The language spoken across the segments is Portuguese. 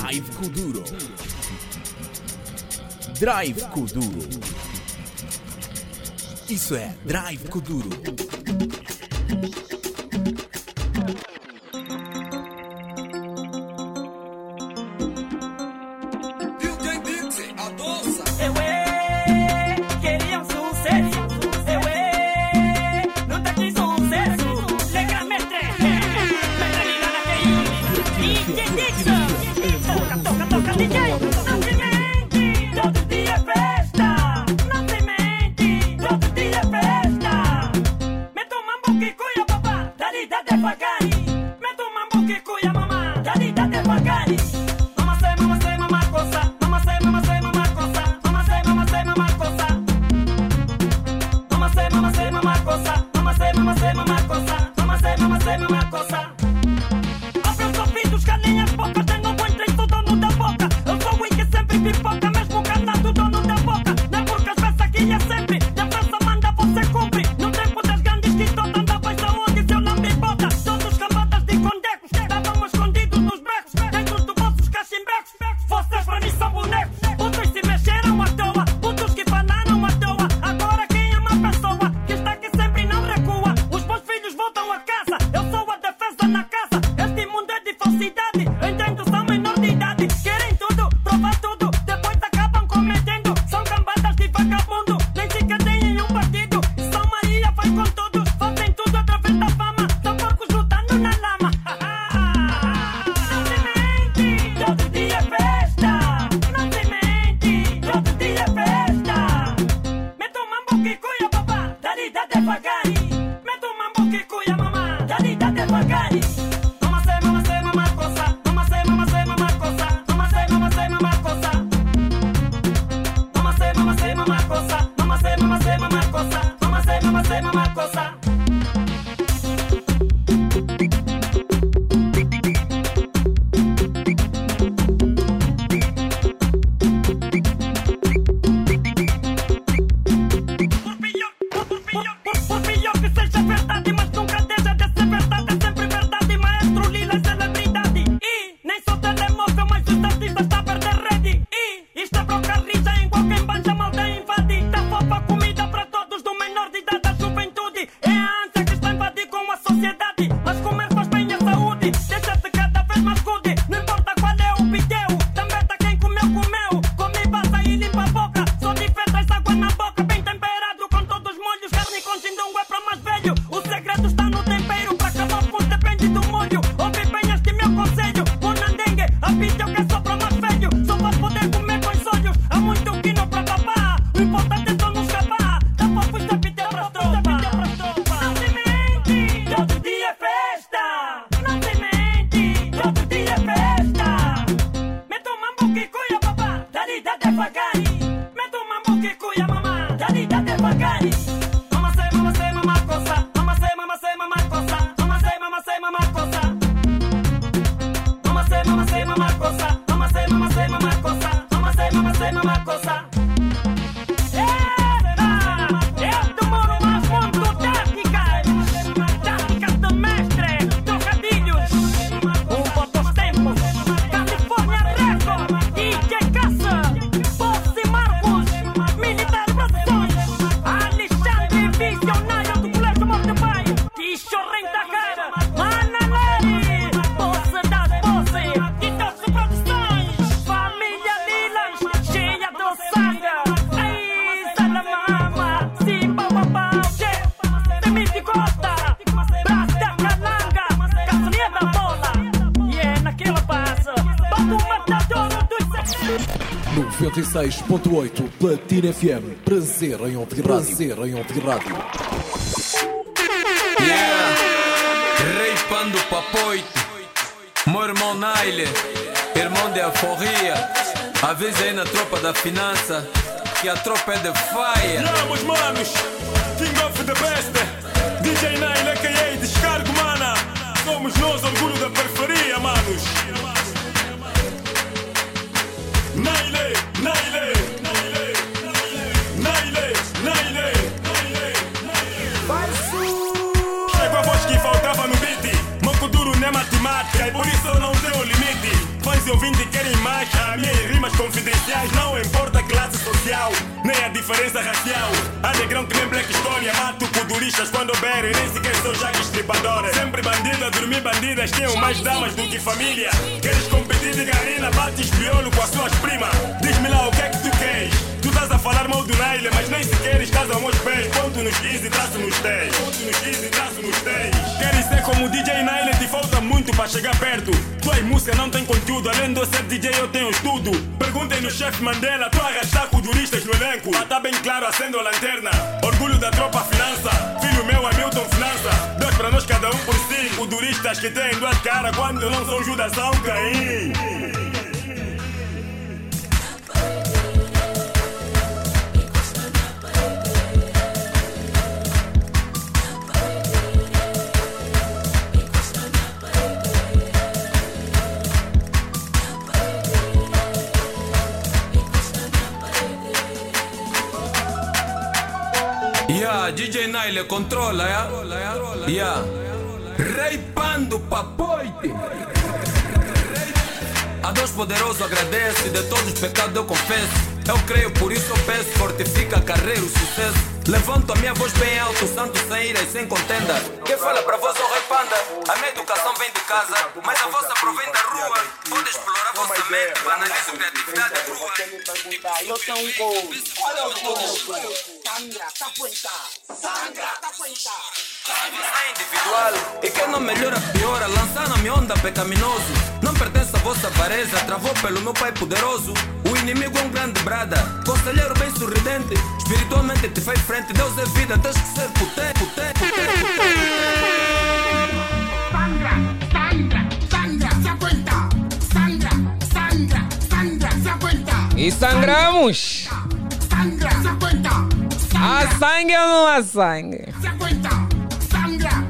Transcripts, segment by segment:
Drive Kuduro. Drive Kuduro. Isso é Drive Kuduro. Platina FM, prazer em ouvir rádio. Yeah, reipando papoito, meu irmão Naile, irmão de Aforria. Avisa aí na tropa da finança que a tropa é de fire. Vamos, manos, King of the Best, DJ Naile, a.k.a. Descargo, mana. Somos nós, orgulho da periferia, manos. Naile, Naile. Chego a voz que faltava no beat. Manco duro não é matemática e por isso eu não tenho limite. Fãs 15 ou 20 querem mais. Minhas rimas confidenciais, não importa a classe social, nem a diferença racial. Underground que nem Black História, mato kuduristas quando berem, nem sequer sou Jack Estripadora. Sempre bandida, dormir bandidas, tenho mais damas do que família. Queres competir de garina, bates piolo com as suas primas. Diz-me lá o que é que tu queres. Tu estás a falar mal do Naile, mas nem sequer estás aos meus pés. Ponto nos 15 e traço nos 10. Ponto nos 15 e traço nos 10. Queres ser como o DJ Naile, te falta muito para chegar perto. Tuas músicas não têm conteúdo, além de eu ser DJ eu tenho tudo. Perguntem no chefe Mandela, tu arrastar kuduristas no elenco. Mas tá bem claro, acendo a lanterna. Orgulho da tropa finança, filho meu Hamilton Finança. Deus pra nós cada um por si, kuduristas que têm duas caras quando não são Judas são Caim. DJ Naile controla, yeah. Reipando papoite. A Deus poderoso agradece, de todos os pecados eu confesso. Eu creio, por isso eu peço, fortifica a carreira, o sucesso. Levanto a minha voz bem alto, santo sem ira e sem contenda. Quem fala pra vós é o Rei Panda. A minha educação vem de casa, mas a vossa provém da rua. Pode explorar a vossa mente, banalizo criatividade crua. Eu tenho um gol. Olha o gol. Sangra, tá puenta. Sangra, tá puenta. É individual, e quem não melhora piora. Lançar na minha onda pecaminoso. Não pertence à vossa avareza, travou pelo meu pai poderoso. O inimigo é um grande brada, conselheiro bem sorridente. Espiritualmente te faz frente, Deus é vida, tens que ser potente. Sangra, se aguenta. Sangra, se aguenta. E sangramos. Sangra, se aguenta. Há sangue ou não há sangue? Se aguenta. Sangra.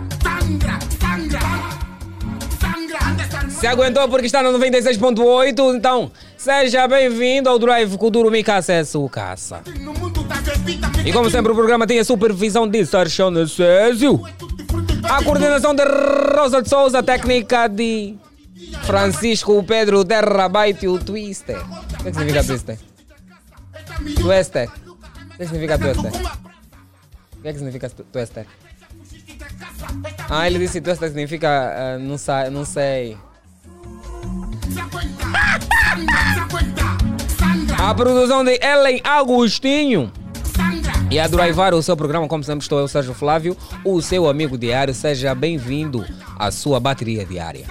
Se aguentou porque está no 96.8, então seja bem-vindo ao Drive Kuduro Mika Acesso Caça. E como sempre o programa tem a supervisão de Sérgio Necésio, a coordenação de Rosa de Souza, a técnica de Francisco Pedro Terrabaite, o Twister. O que significa Twister? Twister. O que significa Twister? O que significa Twister? Ah, ele disse Twister significa não sei. A produção de Ellen Agostinho. E a drivar o seu programa, como sempre estou eu, Sérgio Flávio, o seu amigo diário. Seja bem-vindo à sua bateria diária.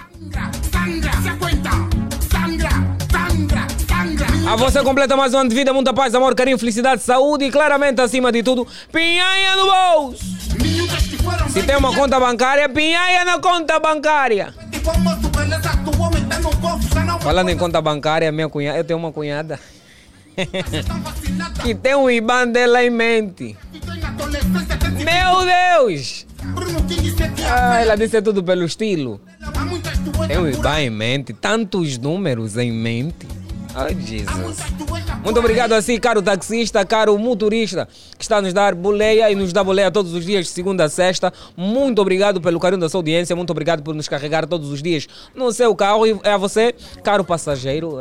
A você completa mais um ano de vida, muita paz, amor, carinho, felicidade, saúde e claramente, acima de tudo, pinhanha no bolso. Se tem uma conta bancária, pinhanha na conta bancária. Falando em conta bancária, minha cunhada, eu tenho uma cunhada que tem um IBAN dela em mente. Meu Deus! Ela disse tudo pelo estilo. Tem um IBAN em mente, tantos números em mente. Ai, Jesus. Muito obrigado assim, caro taxista, caro motorista, que está a nos dar boleia e nos dá boleia todos os dias, de segunda a sexta. Muito obrigado pelo carinho da sua audiência, muito obrigado por nos carregar todos os dias no seu carro. E é a você, caro passageiro.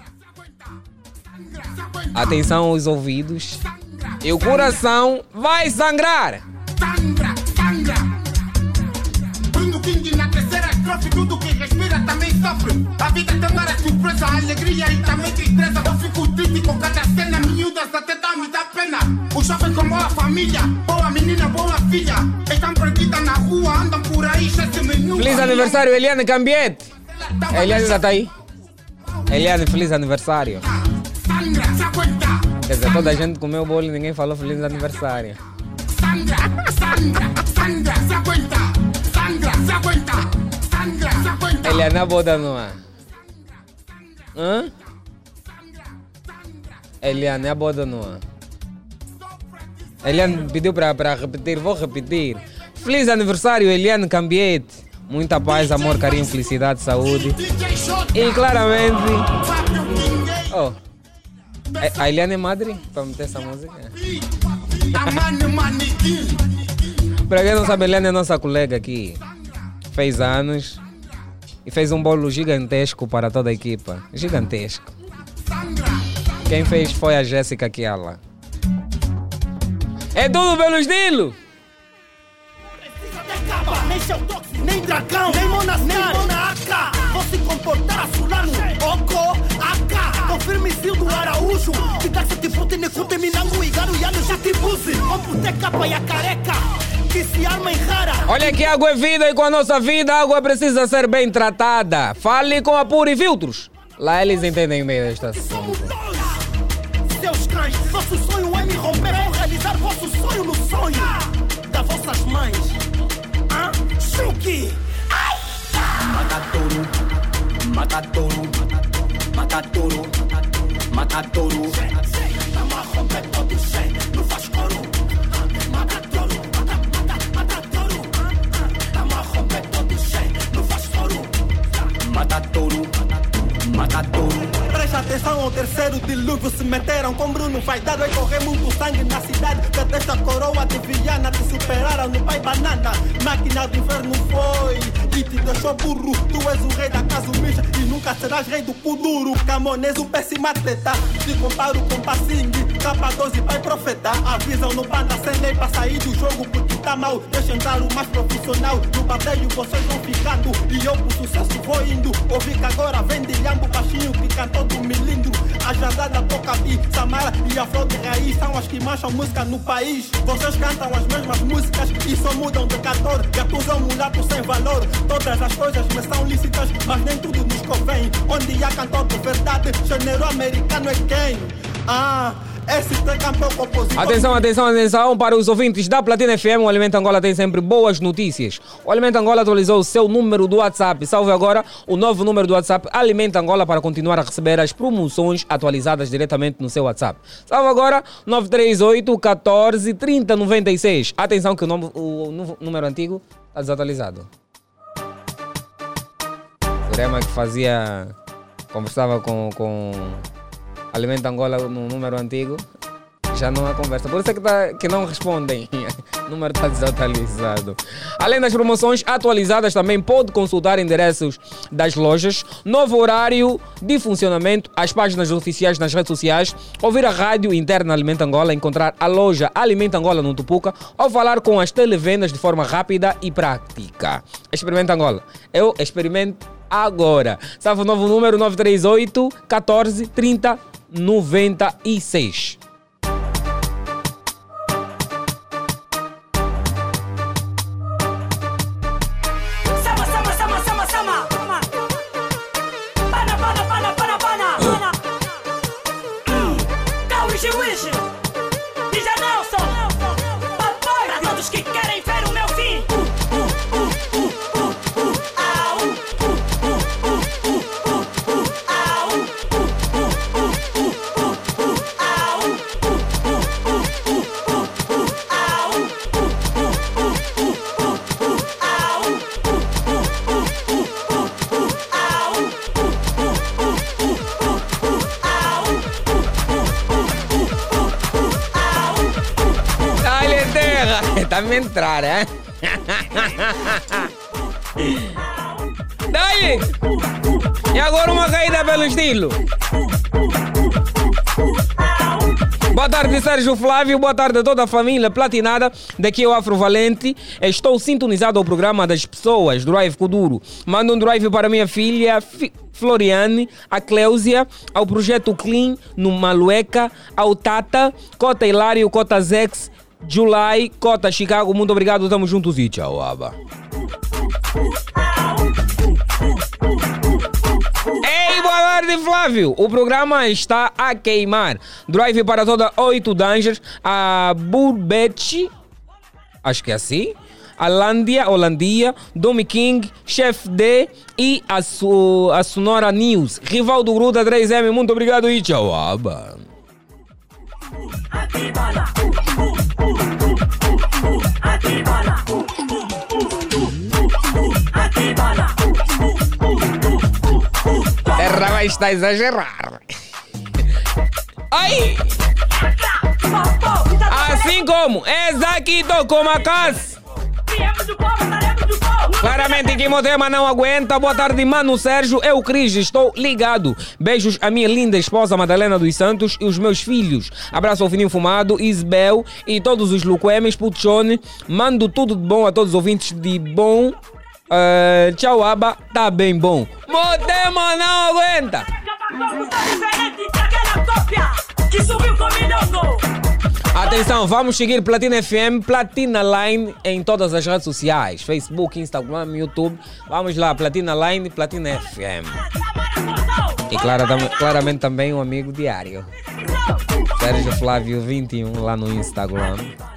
Atenção aos ouvidos. E o coração vai sangrar. Bruno King na terceira estrofe, tudo que respira também sofre. A vida tem várias surpresas, alegria e também tristeza. Eu fico triste com cada cena, miúdas até me dá pena. Os jovens com boa família, boa menina, boa filha, estão perdidas na rua, andam por aí, já se menino. Feliz aniversário, Eliane Cambiete. Eliane já está aí. Eliane, feliz aniversário. Quer dizer, toda a gente comeu o bolo e ninguém falou feliz aniversário. Eliane, a boda não é? Hã? Eliane, a boda não é? Eliane pediu para repetir, vou repetir. Feliz aniversário, Eliane Cambiete. Muita paz, amor, carinho, felicidade, saúde. E claramente... Oh, a Eliane é madre para meter essa música. Para quem não sabe, a Eliane é nossa colega aqui. Fez anos. e fez um bolo gigantesco para toda a equipa. Gigantesco. Quem fez foi a Jéssica Kiala. É tudo pelo estilo! Nem seu tóxico, nem dragão, nem monaca. Vou se comportar a Sulano, Oco, Aka. Confirme do Araújo, que dá se te fruta e necute minango e garuiano já te buse. Compute capa e a careca, que se arma em rara. Olha que água é vida e com a nossa vida a água precisa ser bem tratada. Fale com a Puri Filtros. Lá eles entendem bem desta assunto. Seus cães, vosso sonho é me romper, é realizar vosso sonho no sonho das vossas mães. Chuki! Matadouro, matadouro, matadouro, matadouro. Tamo a romper todo o chão, não faz coro. Matadouro, matadouro. Tamo a romper todo o chão, não faz coro. Matadouro, matadouro. Presta atenção ao terceiro dilúvio. Se meteram com Bruno, vai dar, vai correr muito sangue na cidade. Detesta a coroa de Viana, te superaram no pai banana. Máquina do inferno foi e te deixou burro. Tu és o rei da casa mija e nunca serás rei do Kuduro. Camões, um péssimo atleta. Te comparo com Passing, capa 12 pai profeta. Avisam no banda sem lei pra sair do jogo porque tá mal. Deixa entrar o mais profissional. No bateio vocês vão ficando e eu pro sucesso vou indo. Ouvi que agora vem de Lhambo baixinho que cantou do milindro. A Jazada toca bi, Samara e a Flor de Raiz são as que mancham música no país. Vocês cantam as mesmas músicas e só mudam de cantor. E acusam mulato sem valor. Todas as coisas me são lícitas, mas nem tudo nos convém. Onde há cantor de verdade, gênero americano é quem? campeão compositor. Atenção para os ouvintes da Platina FM. O Alimento Angola tem sempre boas notícias. O Alimento Angola atualizou o seu número do WhatsApp. Salve agora o novo número do WhatsApp Alimento Angola para continuar a receber as promoções atualizadas diretamente no seu WhatsApp. Salve agora 938 14 30 96. Atenção que o número antigo está desatualizado. O programa que conversava com Alimento Angola no número antigo, já não há conversa. Por isso é que não respondem. O número está desatualizado. Além das promoções atualizadas, também pode consultar endereços das lojas, novo horário de funcionamento, as páginas oficiais nas redes sociais, ouvir a rádio interna Alimento Angola, encontrar a loja Alimento Angola no Tupuca ou falar com as televendas de forma rápida e prática. Experimenta Angola. Eu experimento agora. Salve o novo número 938 14 30 96. Tá-me entrar, hein? Daí! E agora uma caída pelo estilo. Boa tarde, Sérgio Flávio. Boa tarde a toda a família platinada. Daqui é o Afro Valente. Estou sintonizado ao programa das pessoas, Drive Kuduro. Manda um drive para minha filha Floriane, a Cleusia, ao projeto Clean no Malueca, ao Tata, Cota Hilário, Cota Zex, July, Cota, Chicago, muito obrigado, estamos juntos e tchau, aba. Ei, boa tarde, Flávio. O programa está a queimar. Drive para toda 8 Dangers, a Burbete, acho que é assim, a Holandia, Domi King, Chef D e a Sonora News. Rivaldo Gruda 3M, muito obrigado e tchau, aba. Terra vai estar a exagerar. Ai! Assim como Ezaquito Comacas. Claramente que meu tema não aguenta. Boa tarde, mano Sérgio. Eu, Cris, estou ligado. Beijos à minha linda esposa Madalena dos Santos e os meus filhos. Abraço ao Fininho Fumado, Isabel e todos os Luquemes, Puchone. Mando tudo de bom a todos os ouvintes de bom. Tchau, Aba. Tá bem bom. Meu tema não aguenta. Atenção, vamos seguir Platina FM, Platina Line em todas as redes sociais, Facebook, Instagram, YouTube. Vamos lá, Platina Line, Platina FM. E claramente também um amigo diário, Sérgio Flávio 21 lá no Instagram.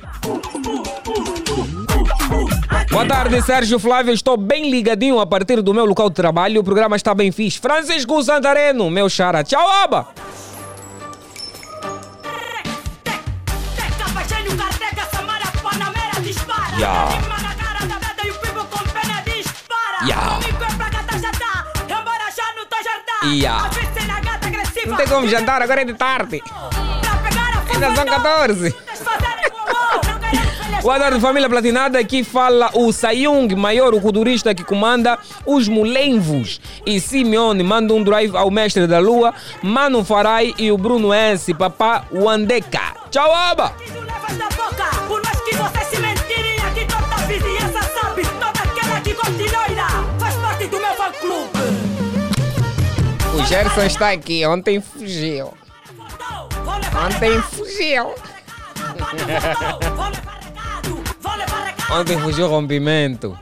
Boa tarde, Sérgio Flávio. Estou bem ligadinho a partir do meu local de trabalho. O programa está bem fixe. Francisco Santareno, meu xara. Tchau, Aba. Não tem como jantar, agora é de tarde. Ainda são 14. Boa tarde, família platinada. Aqui fala o Sayung Maior, o culturista que comanda os Mulenvos. E Simeone manda um drive ao Mestre da Lua, Mano Farai e o Bruno S. Papá Wandeka. Tchau, Aba! O Gerson está aqui. Ontem fugiu. Ontem fugiu rompimento.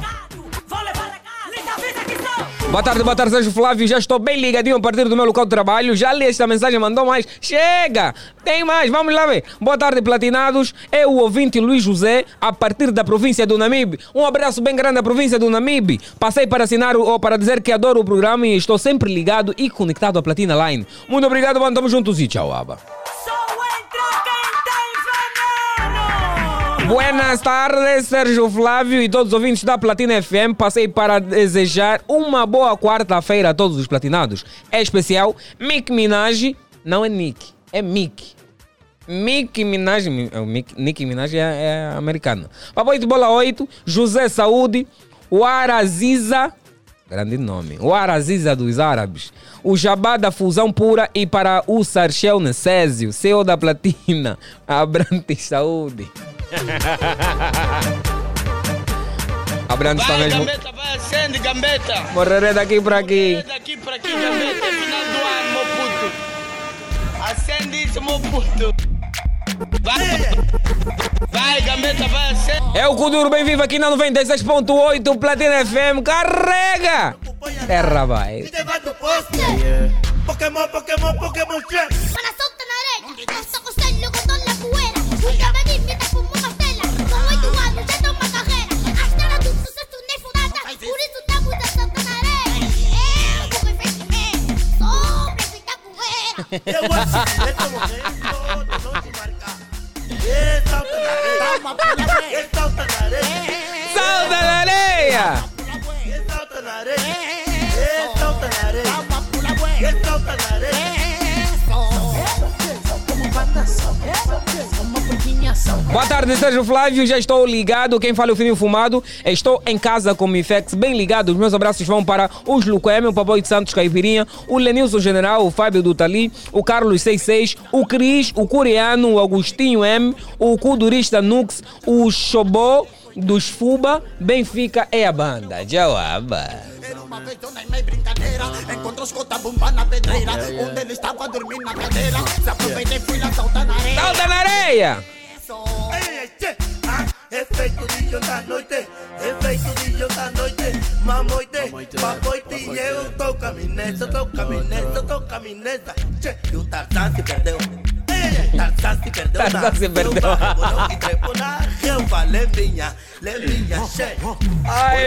Boa tarde, Sérgio Flávio. Já estou bem ligadinho a partir do meu local de trabalho. Já li esta mensagem, mandou mais. Chega! Tem mais, vamos lá ver. Boa tarde, platinados. É o ouvinte Luiz José, a partir da província do Namibe. Um abraço bem grande à província do Namibe. Passei para assinar ou para dizer que adoro o programa e estou sempre ligado e conectado à Platina Line. Muito obrigado, mano. Tamo juntos e tchau, Aba. Buenas tardes, Sérgio Flávio e todos os ouvintes da Platina FM. Passei para desejar uma boa quarta-feira a todos os platinados. É especial, Mick Minaj, não é Nick, é Mick. Nicki Minaj é americano. Papai de Bola 8, José Saúde, o Araziza, grande nome, o Araziza dos Árabes, o Jabá da Fusão Pura e para o Sarchel Necésio, CEO da Platina, Abrantes Saúde. Abrantes está mesmo. Gambetta, vai, acende, Gambetta. Morrerei daqui para aqui. Morrerei daqui para aqui, Gambetta. É final do ano, meu puto. Acende isso, meu puto. Vai, Gambetta, vai, acende. É o Kuduro, bem vivo aqui na 96.8 Platina FM. Carrega! Terra vai. Pokémon, chef. Para solta na areia, eu só conselho com toda a poeira. O cavadinho me dá como uma estrela. Com 8 anos já dou uma carreira. A estrela do sucesso nem furada, por isso estamos a solta na areia. Eu vou investimento, sobre essa poeira. Eu acho que esse momento não te marcar. Salta na areia. Salta na areia. Salta na areia. Salta na areia. Salta na areia. Salta na areia. Boa tarde, Sérgio Flávio. Já estou ligado. Quem fala é o Fininho Fumado. Estou em casa com o Mifex, bem ligado. Os meus abraços vão para os Luqueme, o Papai de Santos Caipirinha, o Lenilson General, o Fábio do Tali, o Carlos 66, o Cris, o Coreano, o Agostinho M, o Kudurista Nux, o Xobó dos Fuba. Benfica é a banda. Jawaba. Uma vez eu nem meio brincadeira, encontrou os cota bomba na pedreira, onde ele estava dormindo na cadeira, se aproveitei e fui lá saltar na areia. Salta na areia! Efeito de da noite, efeito de da noite, mamoite, papoite, e eu tô caminhando, tô caminhando, e o Tarzan se perdeu. Tarzan se perdeu. Eu falei, lembrinha, che. Ai.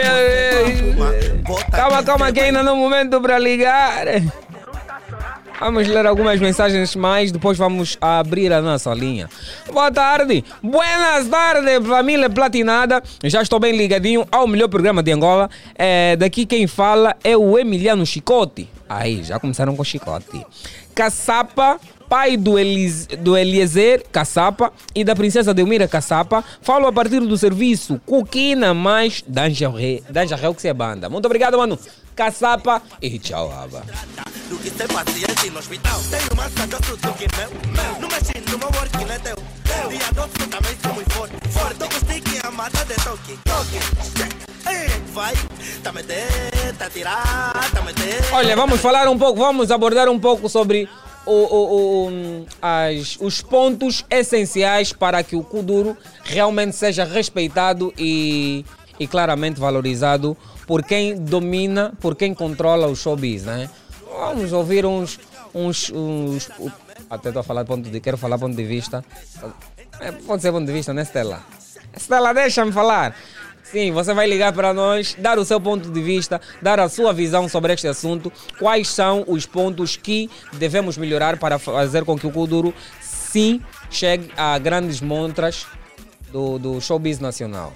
Calma, que ainda não é momento para ligar. Vamos ler algumas mensagens mais, depois vamos abrir a nossa linha. Boa tarde, buenas tardes, família platinada. Já estou bem ligadinho ao melhor programa de Angola. Daqui quem fala é o Emiliano Chicote. Aí, já começaram com Chicote. Caçapa, pai do Eliezer Caçapa e da princesa Delmira Caçapa, falo a partir do serviço Coquina mais Danjaré que se é banda. Muito obrigado, mano. Caçapa e tchau, aba. Do que ser paciente no hospital. Tenho mais cadastro do que meu. Não mexe no meu work, não é teu. E a dose também sou muito forte. Tô com stick a mata de toque. Vai, tá meter, tá tirar, tá meter. Olha, vamos abordar um pouco sobre os pontos essenciais para que o Kuduro realmente seja respeitado e claramente valorizado por quem domina, por quem controla o showbiz, né? Vamos ouvir uns até estou a falar quero falar ponto de vista. Pode ser ponto de vista, né, Stella? Stella, deixa-me falar. Sim, você vai ligar para nós, dar o seu ponto de vista, dar a sua visão sobre este assunto. Quais são os pontos que devemos melhorar para fazer com que o Kuduro, sim, chegue a grandes montras do showbiz nacional?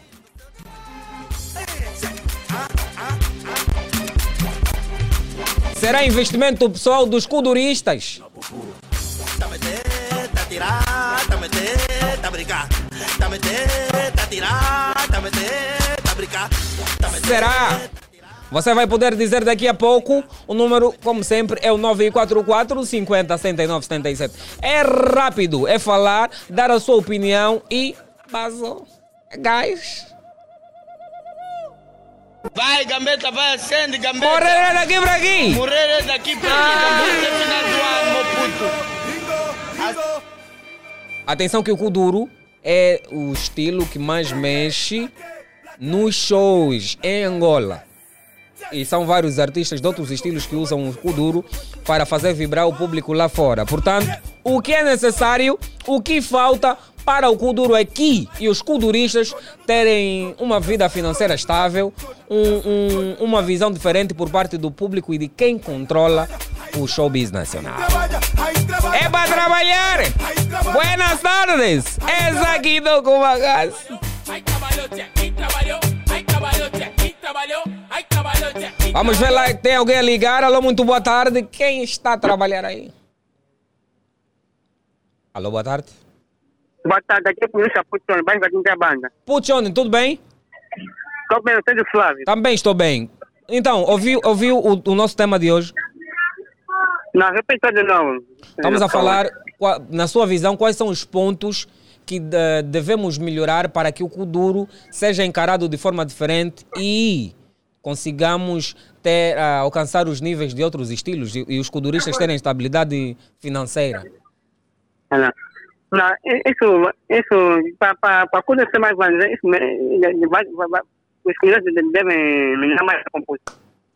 Será investimento pessoal dos kuduristas? Tá meter, tá tirar, tá meter, tá brincar. Tá meter, tá tirar, tá meter, tá brincar. Será? Você vai poder dizer daqui a pouco. O número, como sempre, é o 944 50 79 77. É rápido, é falar, dar a sua opinião e... Basou. Guys... Vai, Gambetta, vai, acende, Gambetta. Morrer daqui pra aqui. Morrer daqui pra aqui, Gambetta, é final do ano, meu puto. Atenção que o Kuduro é o estilo que mais mexe nos shows em Angola. E são vários artistas de outros estilos que usam o Kuduro para fazer vibrar o público lá fora. Portanto, o que é necessário, o que falta para o Kuduro aqui e os kuduristas terem uma vida financeira estável, uma visão diferente por parte do público e de quem controla o showbiz nacional. É para trabalhar! Buenas tardes! É Zaguido com bagaço. Vamos ver lá, tem alguém a ligar. Alô, muito boa tarde. Quem está a trabalhar aí? Alô, boa tarde. Boa tarde, aqui é a polícia Puchone, vai invadir a banda. Puchone, tudo bem? Estou bem, eu sou do Flávio. Também estou bem. Então, ouviu o nosso tema de hoje? Não, repita de novo. Estamos a falar, na sua visão, quais são os pontos que devemos melhorar para que o Kuduro seja encarado de forma diferente e consigamos alcançar os níveis de outros estilos e os kuduristas terem estabilidade financeira? Não, isso para coisas ser mais grandes, os kuduristas devem melhorar mais a composição.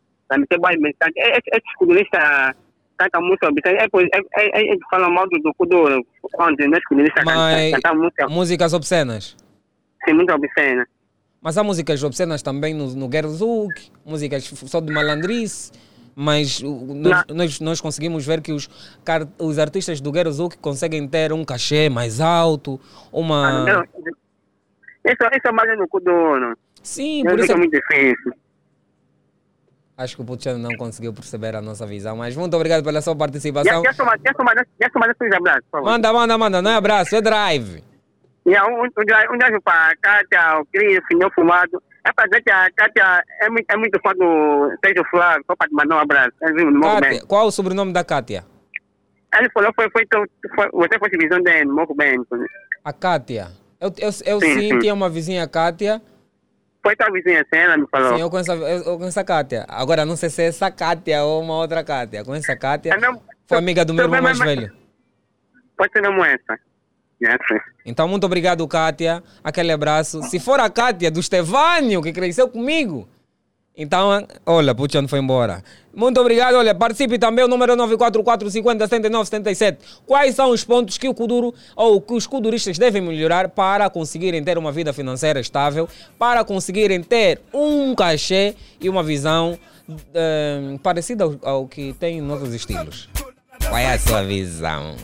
Esses kuduristas cantam música obscena, eles falam mal do Kuduro, onde nós kuduristas cantamos músicas obscenas? Sim, muito obscena. Mas há músicas obscenas também no Gerzouk, músicas só de malandrice, mas nós conseguimos ver que os artistas do Gerzouk conseguem ter um cachê mais alto, uma... Isso é mais no Kuduro. Sim, por isso é muito difícil. Acho que o Puchano não conseguiu perceber a nossa visão, mas muito obrigado pela sua participação. Já tomar seus abraços, por favor. Manda, não é abraço, é drive. Um drive para a Kátia, o Cris, o Senhor Fumado. É para dizer que a Kátia é muito fã do Sérgio Flávio, só para te mandar um abraço. Kátia, qual é o sobrenome da Kátia? Ele falou você foi visão dele, muito bem. A Kátia. Eu sim tinha uma vizinha, Kátia. Foi tua vizinha, ela me falou. Sim, eu conheço a Kátia. Agora, não sei se é essa Kátia ou uma outra Kátia. Conheço a Kátia. Foi amiga do meu irmão mais velho. Pode ser não essa. Então, muito obrigado, Kátia. Aquele abraço. Se for a Kátia do Estevânio, que cresceu comigo, então, olha, Puchano foi embora. Muito obrigado. Olha, participe também, o número 944 50 79 77. Quais são os pontos que o Kuduro ou que os kuduristas devem melhorar para conseguirem ter uma vida financeira estável, para conseguirem ter um cachê e uma visão parecida ao que tem em outros estilos? Qual é a sua visão?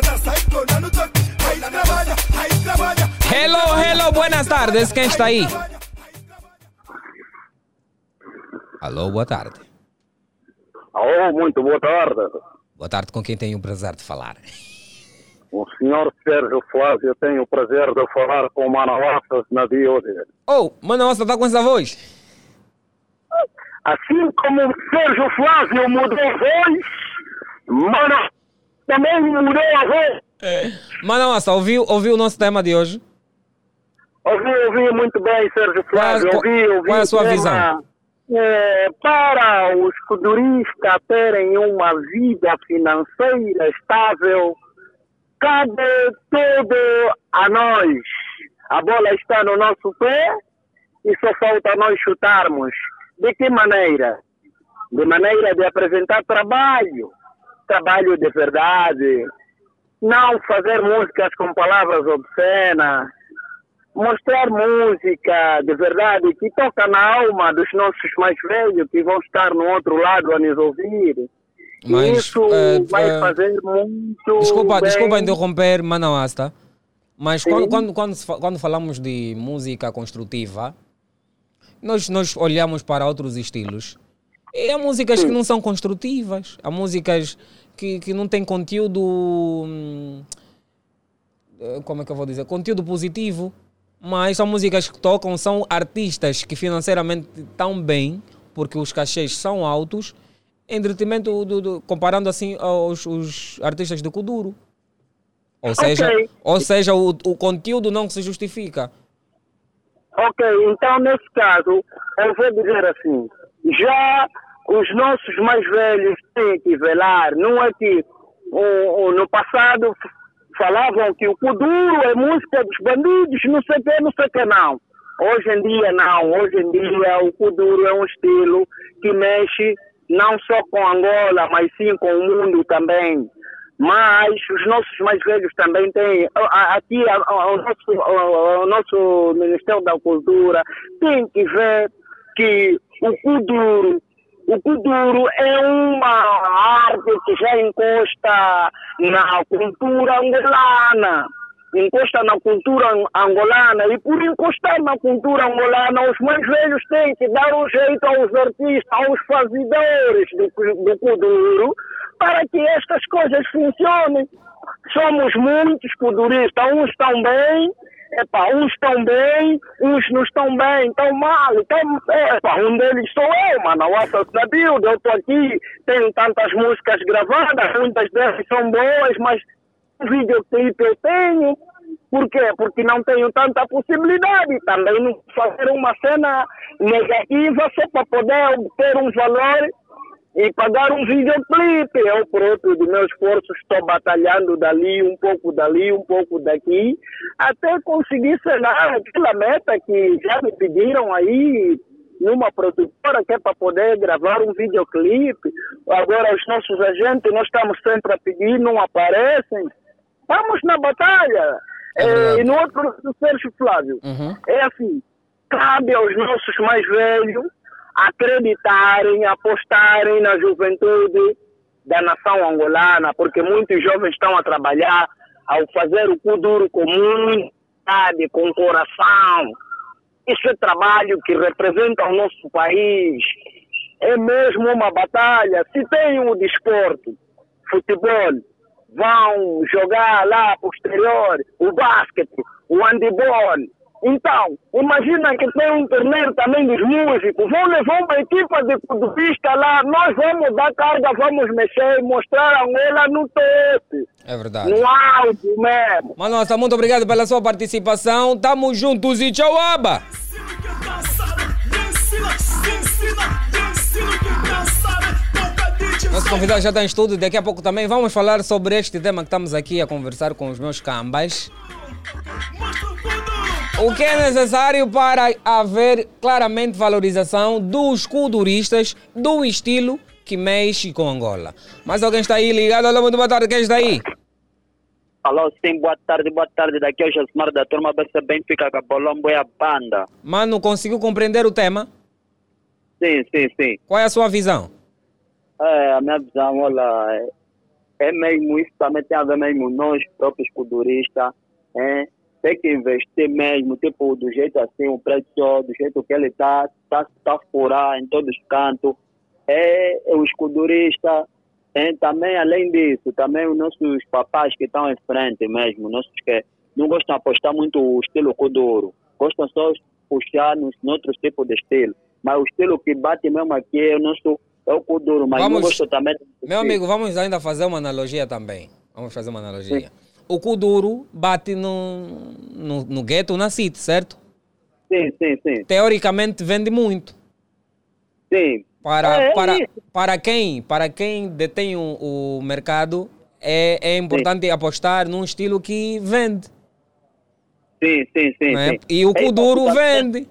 Hello, buenas tardes. Quem está aí? Alô, boa tarde. Alô, muito boa tarde. Boa tarde, com quem tenho o prazer de falar? O senhor Sérgio Flávio, tenho o prazer de falar com o Manauaças na dia hoje. Oh, Manauaças está com essa voz? Assim como o Sérgio Flávio mudou a voz, Mano também mudou a voz. Manauaças, ouviu o nosso tema de hoje? Ouvi muito bem, Sérgio Flávio. Ouvi qual é a sua visão? Para os futuristas terem uma vida financeira estável, cabe tudo a nós. A bola está no nosso pé e só falta nós chutarmos. De que maneira? De maneira de apresentar trabalho de verdade, não fazer músicas com palavras obscenas, mostrar música de verdade que toca na alma dos nossos mais velhos que vão estar no outro lado a nos ouvir. Mas, isso vai fazer muito Desculpa interromper, Manauaças, mas quando falamos de música construtiva, nós olhamos para outros estilos. E há músicas que não são construtivas, há músicas que não têm conteúdo, como é que eu vou dizer, conteúdo positivo, mas são músicas que tocam, são artistas que financeiramente estão bem, porque os cachês são altos, em detrimento comparando assim os artistas de Kuduro. Ou seja, o conteúdo não se justifica. Ok, então nesse caso, eu vou dizer assim, já os nossos mais velhos têm que velar, não é que no passado falavam que o Kuduro é música dos bandidos, não sei o que não. Hoje em dia não, hoje em dia o Kuduro é um estilo que mexe não só com Angola, mas sim com o mundo também. Mas os nossos mais velhos também têm, aqui o nosso Ministério da Cultura tem que ver que o Kuduro é uma arte que já encosta na cultura angolana. Encosta na cultura angolana e por encostar na cultura angolana os mais velhos têm que dar um jeito aos artistas, aos fazedores do Kuduro para que estas coisas funcionem. Somos muitos kuduristas, uns estão bem, uns não estão bem, estão mal. Um deles sou eu, Manauaças na build, eu estou aqui, tenho tantas músicas gravadas, muitas delas são boas, mas o videoclipe eu tenho. Por quê? Porque não tenho tanta possibilidade. Também não fazer uma cena negativa só para poder obter um valor e pagar um videoclipe. Eu próprio, de meu esforço, estou batalhando dali, um pouco daqui, até conseguir chegar aquela meta que já me pediram aí numa produtora que é para poder gravar um videoclipe. Agora os nossos agentes, nós estamos sempre a pedir, não aparecem. Vamos na batalha. E no outro, Sérgio Flávio, é assim, cabe aos nossos mais velhos acreditarem, apostarem na juventude da nação angolana, porque muitos jovens estão a trabalhar ao fazer o Kuduro com vontade, com coração. Isso é trabalho que representa o nosso país. É mesmo uma batalha. Se tem o desporto, futebol, vão jogar lá posterior, o basquete, o handebol. Então, imagina que tem um torneio também dos músicos, vão levar uma equipa de kudurista lá, nós vamos dar carga, vamos mexer, mostrar a Angola no topo. É verdade. No áudio mesmo. Manauaças, muito obrigado pela sua participação, tamo juntos e tchau, aba! Nosso convidado já está em estúdio, daqui a pouco também vamos falar sobre este tema que estamos aqui a conversar com os meus cambas. O que é necessário para haver claramente valorização dos kuduristas, do estilo que mexe com Angola. Mas alguém está aí ligado? Alô, muito boa tarde, quem está aí? Alô, sim, boa tarde. Daqui é o Jasmar da turma BC Benfica, Cabolombo e a banda. Mano, conseguiu compreender o tema? Sim. Qual é a sua visão? A minha visão, olha, é mesmo isso, também tem a ver mesmo nós próprios kuduristas, tem que investir mesmo, tipo, do jeito assim, o preço, do jeito que ele está furar em todos os cantos. Os kuduristas Também, além disso, também os nossos papais que estão em frente mesmo, nossos que não gostam de apostar muito o estilo Kuduro, gostam só de puxar nos outros tipos de estilo. Mas o estilo que bate mesmo aqui é o Kuduro, mas não gosto também... Meu amigo, vamos ainda fazer uma analogia também. Vamos fazer uma analogia. Sim. O Kuduro bate no gueto, na City, certo? Sim. Teoricamente vende muito. Sim. Para quem detém o mercado, é importante apostar num estilo que vende. Sim. E o Kuduro vende.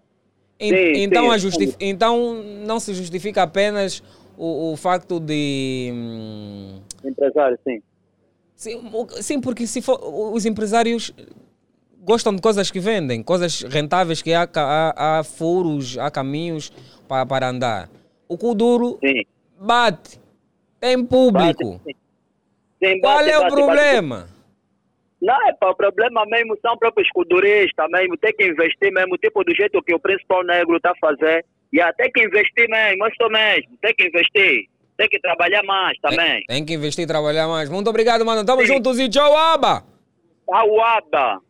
Então não se justifica apenas o facto de... Empresário, sim. Sim, porque se for, os empresários gostam de coisas que vendem, coisas rentáveis, que há furos, há caminhos para andar. O Kuduro bate, tem público. Qual é o problema? Não, o problema mesmo são próprios kuduristas mesmo, tem que investir mesmo, tipo do jeito que o principal negro está a fazer. Tem que investir mesmo, isso mesmo, tem que investir. Tem que trabalhar mais também. Tem que investir e trabalhar mais. Muito obrigado, mano. Tamo juntos e tchau, Aba! Tchau, Aba!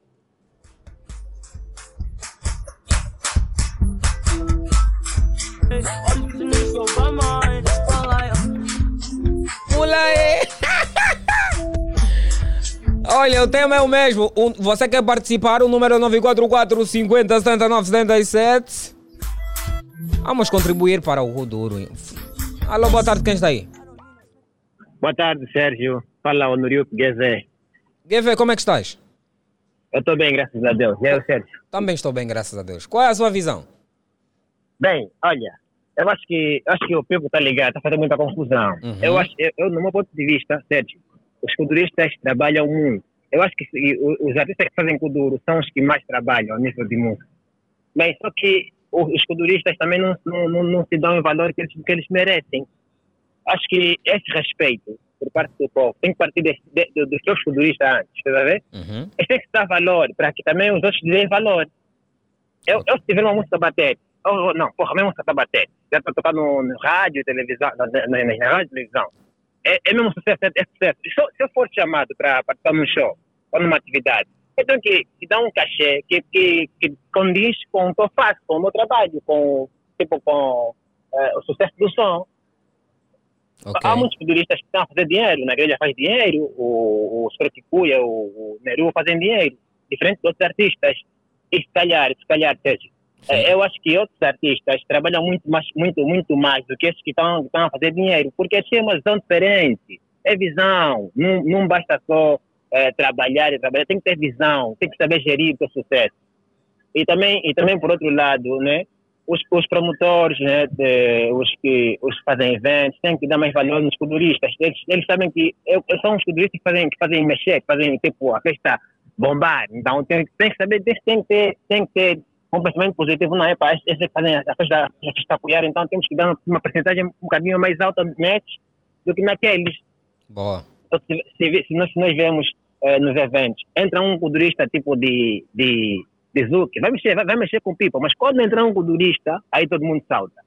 Olha, o tema é o mesmo. Você quer participar? O número é 944 50 79 77. Vamos contribuir para o Kuduro. Alô, boa tarde, quem está aí? Boa tarde, Sérgio. Fala o Nuriup Guezé. Guezé, como é que estás? Eu estou bem, graças a Deus. E aí, Sérgio? Também estou bem, graças a Deus. Qual é a sua visão? Bem, olha, eu acho que o povo está ligado, está fazendo muita confusão. Eu, no meu ponto de vista, Sérgio, os kuduristas trabalham muito. Eu acho que os artistas que fazem Kuduro são os que mais trabalham ao nível de música. Mas só que os kuduristas também não se dão o valor que eles merecem. Acho que esse respeito por parte do povo tem que partir dos seus kuduristas antes, está a ver? Eles têm que dar valor para que também os outros deem valor. Eu se tiver uma música bater, a minha música está bater, já está tocando no rádio, televisão, na rádio e televisão. É mesmo sucesso, é sucesso. Se eu for chamado para participar num show ou numa atividade, eu tenho que dar um cachê que condiz com o que eu faço, com o meu trabalho, com o sucesso do som. Há muitos kuduristas que estão a fazer dinheiro, na igreja faz dinheiro, o Soroticuia, o Neru fazem dinheiro, diferente de outros artistas. E se calhar, Sérgio, eu acho que outros artistas trabalham muito mais do que esses que estão a fazer dinheiro, porque eles têm uma visão diferente. É visão, não basta só trabalhar, tem que ter visão, tem que saber gerir o seu sucesso. E também por outro lado, né, os promotores, né, os que fazem eventos, têm que dar mais valor nos kuduristas. Eles sabem que são os kuduristas que fazem mexer, que fazem tipo a festa bombar. Então tem que saber, tem que ter um pensamento positivo, não é para esses que fazem a festa apoiar. Então temos que dar uma percentagem um bocadinho mais alta neles do que naqueles. Boa. Então, se nós vemos nos eventos, entra um kudurista tipo de Zuki, vai mexer com pipa, mas quando entrar um kudurista, aí todo mundo salta.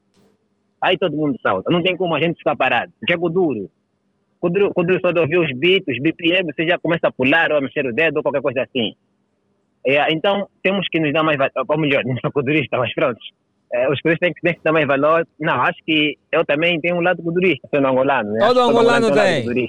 Não tem como a gente ficar parado, porque é Kuduro. Kuduro só de ouvir os beats, os BPM, você já começa a pular ou a mexer o dedo ou qualquer coisa assim. Então, temos que nos dar mais valor, ou melhor, não sou kudurista, mas pronto. Os kuduristas têm que dar mais valor. Não, acho que eu também tenho um lado kudurista, sendo angolano. Né? Todo angolano tem.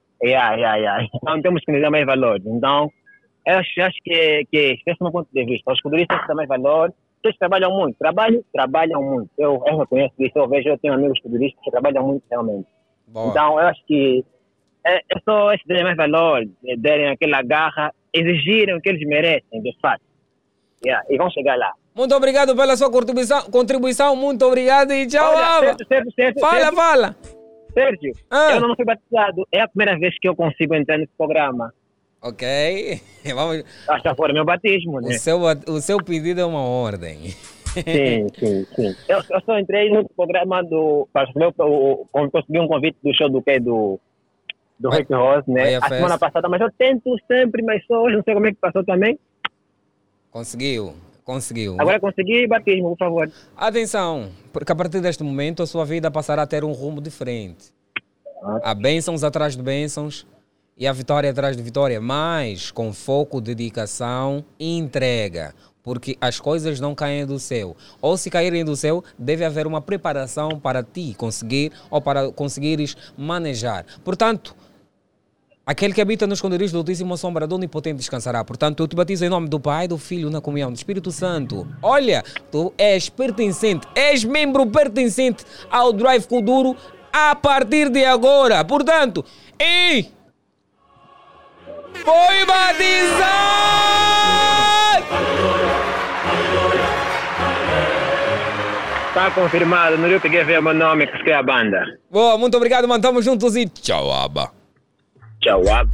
Então, temos que nos dar mais valor. Então, eu acho que esse é o meu ponto de vista. Os kuduristas têm que dar mais valor. Eles trabalham muito. Trabalham muito. Eu reconheço isso. Eu tenho amigos kuduristas que trabalham muito realmente. Boa. Então, eu acho que é só eles darem mais valor, derem aquela garra, exigirem o que eles merecem, de fato. E vão chegar lá. Muito obrigado pela sua contribuição. Muito obrigado e tchau. Sérgio, fala. Sérgio, eu não fui batizado. É a primeira vez que eu consigo entrar nesse programa. Ok. Vamos... Acho fora meu batismo, né? O seu pedido é uma ordem. Sim. Eu só entrei no programa quando consegui um convite do show do Rick Ross, né? A semana passada, mas eu tento sempre, mas só hoje não sei como é que passou também. Conseguiu. Agora consegui batismo, por favor. Atenção, porque a partir deste momento a sua vida passará a ter um rumo diferente. Há bênçãos atrás de bênçãos e a vitória atrás de vitória, mas com foco, dedicação e entrega. Porque as coisas não caem do céu. Ou se caírem do céu, deve haver uma preparação para ti conseguir ou para conseguires manejar. Portanto, aquele que habita nos esconderijos do Altíssimo, sombra do Onipotente descansará. Portanto, eu te batizo em nome do Pai, do Filho, na comunhão do Espírito Santo. Olha, tu és pertencente, és membro pertencente ao Drive Kuduro a partir de agora. Portanto, foi batizado! Está confirmado, não eu peguei a ver o meu nome que escreve a banda. Boa, muito obrigado, mano. Tamo juntos e tchau, aba. Tchau, aba.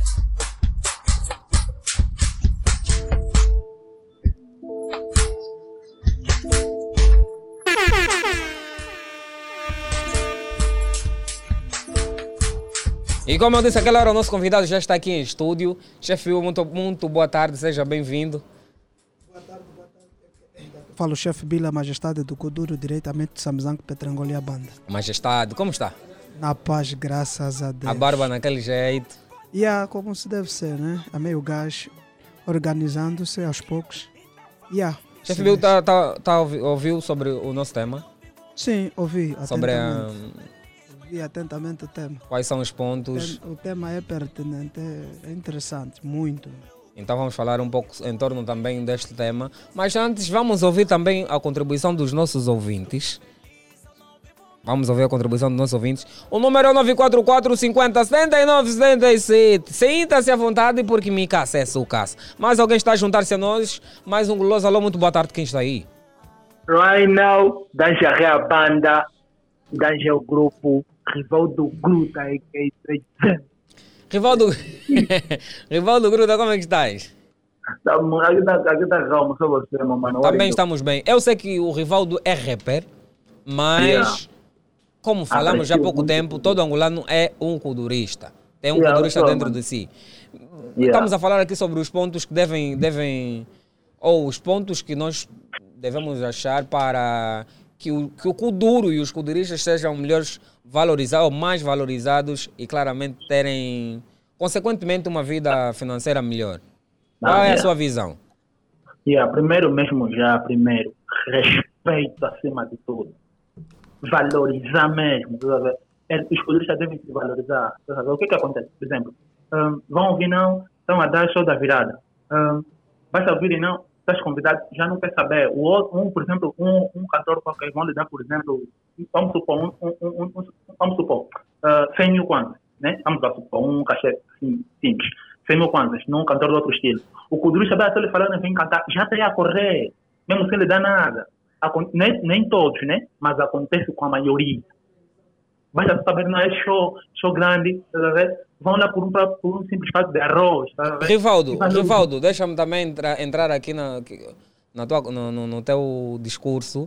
E como eu disse aquela hora, o nosso convidado já está aqui em estúdio. Chefe, muito boa tarde, seja bem-vindo. Falo chefe Bila Majestade do Kuduro, diretamente de Samzango, Petrangolia Banda. Majestade, como está? Na paz, graças a Deus. A barba naquele jeito. Como se deve ser, né? A meio gás, organizando-se aos poucos. Chefe Bila, ouviu sobre o nosso tema? Sim, ouvi sobre ouvi atentamente o tema. Quais são os pontos? O tema é pertinente, é interessante, muito. Então vamos falar um pouco em torno também deste tema. Mas antes vamos ouvir também a contribuição dos nossos ouvintes. Vamos ouvir a contribuição dos nossos ouvintes. O número é 944 50 79 77. Sinta-se à vontade porque me caça é sua caça. Mais alguém está a juntar-se a nós? Mais um guloso. Alô, muito boa tarde. Quem está aí? Right now, Danja é a banda, Danja é o grupo, Rivaldo Gruta. Rivaldo Gruta, como é que estás? Aqui está calmo, só você, mano. Também estamos bem. Eu sei que o Rivaldo é rapper, mas como falamos já há pouco tempo, todo angolano é um kudurista. Tem um kudurista dentro de si. Estamos a falar aqui sobre os pontos que devem ou os pontos que nós devemos achar para que o kuduro e os kuduristas sejam melhores valorizados ou mais valorizados e claramente terem, consequentemente, uma vida financeira melhor. Qual é a sua visão? Primeiro, respeito acima de tudo. Valorizar mesmo. Os kuduristas devem se valorizar. O que acontece? Por exemplo, vão ouvir não, estão a dar show da virada. Basta ouvir não, estás convidado, já não quer saber. Por exemplo, um cantor qualquer, vão lhe dar, por exemplo, vamos supor, 100 mil kwanzas, né? Vamos supor, um cachê assim, simples, 100 mil kwanzas, num cantor de outro estilo. O kudurista vai até lhe falando, vem cantar, já está a correr, mesmo sem lhe dar nada. Nem todos, né? Mas acontece com a maioria. Basta saber, não é show grande, vão lá por um simples prato de arroz. Rivaldo, deixa-me também entrar aqui no teu discurso.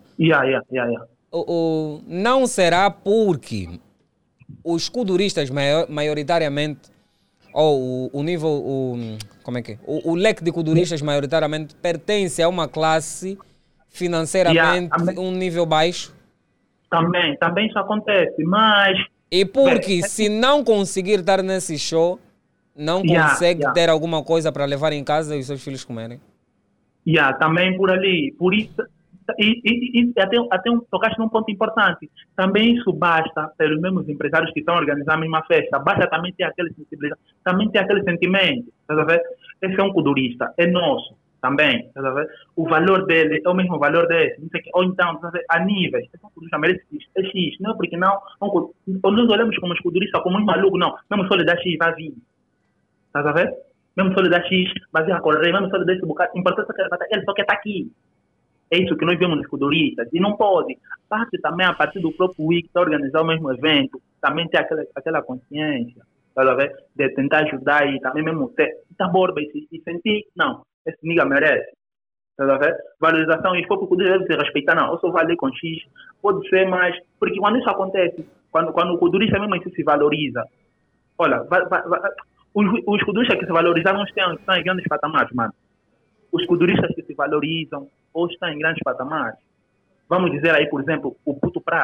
Não será porque os kuduristas maioritariamente, ou o nível, o leque de kuduristas maioritariamente pertence a uma classe financeiramente um nível baixo? Também isso acontece, mas... E porque se não conseguir estar nesse show, não consegue ter alguma coisa para levar em casa e os seus filhos comerem? Também por ali. Por isso, e até tocaste num ponto importante. Também isso basta pelos mesmos empresários que estão organizando uma festa. Basta também ter aquele sensibilidade, também ter aquele sentimento. Esse é um kudurista, é nosso. Também, o valor dele é o mesmo valor desse, ou então, a níveis, merece X, não, porque não, nós olhamos como os kuduristas como um maluco, não, mesmo só lhe dá X, vai vir, estás a ver? Mesmo só lhe dá X, vai vir a correr, mesmo só lhe dá esse bocado, importante é que ele só quer estar aqui. É isso que nós vemos nos kuduristas, e não pode, parte também a partir do próprio Wiki, para organizar o mesmo evento, também ter aquela consciência, de tentar ajudar e também mesmo ter borba e sentir, não. Esse nigga merece. Valorização e foco deve se respeitar. Não, eu só vou com X. Pode ser mais. Porque quando isso acontece, quando o kudurista mesmo assim se valoriza, olha, os kuduristas que se valorizam não estão em grandes patamares, mano. Os kuduristas que se valorizam ou estão em grandes patamares. Vamos dizer aí, por exemplo, o Puto Prato.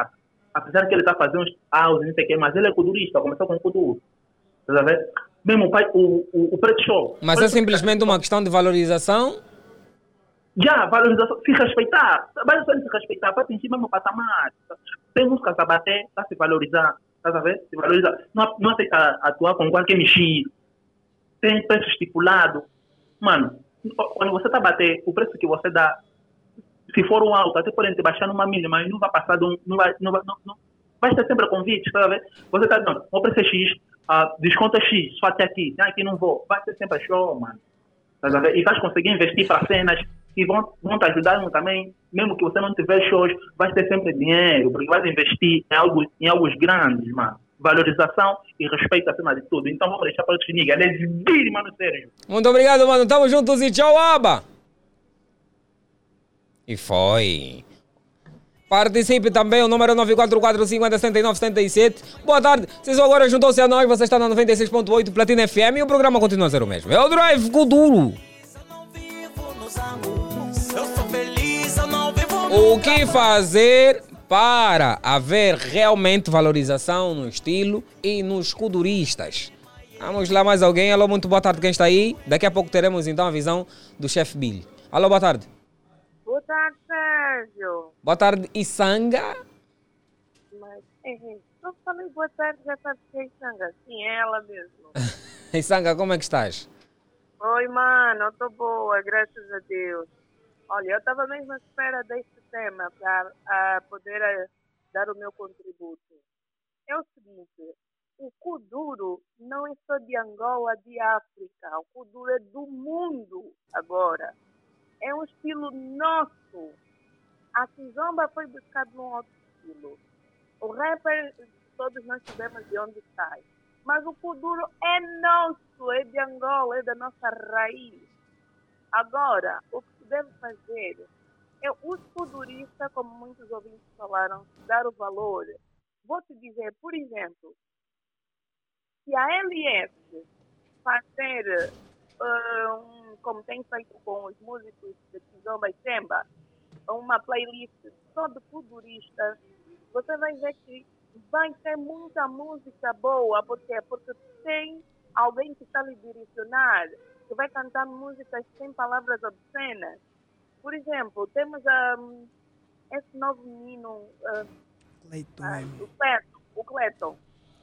apesar que ele está fazendo uns áudios, não sei o quê, mas ele é kudurista, começou com kuduro. Tá vendo? Mesmo o Preto Show. Mas é simplesmente uma questão de valorização? Já, valorização, se respeitar. Mas só se respeitar, para atingir mesmo o patamar. Tem músicas a bater, para se valorizar. Tá vendo? Se valorizar. Não aceita atuar com qualquer mexido. Tem preço estipulado. Mano, quando você está a bater, o preço que você dá, se for um alto, até podem te baixar numa mínima, mas não vai passar de um. Não vai ter sempre convite, tá vendo? Você está dando, o preço é X, desconto é X, só até aqui, aqui não vou. Vai ter sempre show, mano. Tá vendo? E vais conseguir investir para cenas que vão te ajudar também, mesmo que você não tiver shows, vai ter sempre dinheiro, porque vais investir em algo grandes, mano. Valorização e respeito acima de tudo. Então vamos deixar para outros niggas. Eles mano, Sérgio. Muito obrigado, mano. Tamo juntos e tchau, Aba. E foi. Participe também, o número 944-50-79-77. Boa tarde. Se só agora juntou-se a nós, você está na 96.8 Platina FM e o programa continua a ser o mesmo. É o Drive Kuduro. O que fazer para haver realmente valorização no estilo e nos kuduristas? Vamos lá, mais alguém. Alô, muito boa tarde, quem está aí? Daqui a pouco teremos então a visão do chefe Bill. Alô, boa tarde. Boa tarde, Sérgio. Boa tarde, Isanga. Mas, só falei boa tarde, já sabe que é Isanga. Sim, é ela mesmo. Isanga, como é que estás? Oi, mano, eu tô boa, graças a Deus. Olha, eu estava mesmo à espera deste tema para poder dar o meu contributo. É o seguinte, o kuduro não é só de Angola, de África. O kuduro é do mundo agora. É um estilo nosso. A kizomba foi buscada num outro estilo. O rapper, todos nós sabemos de onde sai. Mas o kuduro é nosso, é de Angola, é da nossa raiz. Agora, o que se deve fazer é os kuduristas, como muitos ouvintes falaram, dar o valor. Vou te dizer, por exemplo, se a LS fazer, como tem feito com os músicos de Kizomba e Semba, uma playlist só de kuduristas, você vai ver que vai ter muita música boa. Por quê? Porque tem alguém que está lhe direcionar, que vai cantar músicas sem palavras obscenas. Por exemplo, temos esse novo menino, o Cleiton.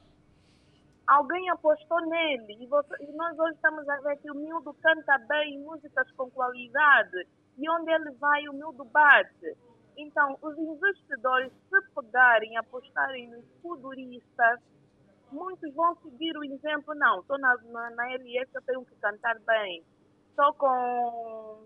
Alguém apostou nele e nós hoje estamos a ver que o miúdo canta bem, músicas com qualidade, e onde ele vai, o miúdo bate. Então, os investidores, se pegarem e apostarem nos kuduristas, muitos vão seguir o exemplo. Não, estou na LS, eu tenho que cantar bem. Estou com...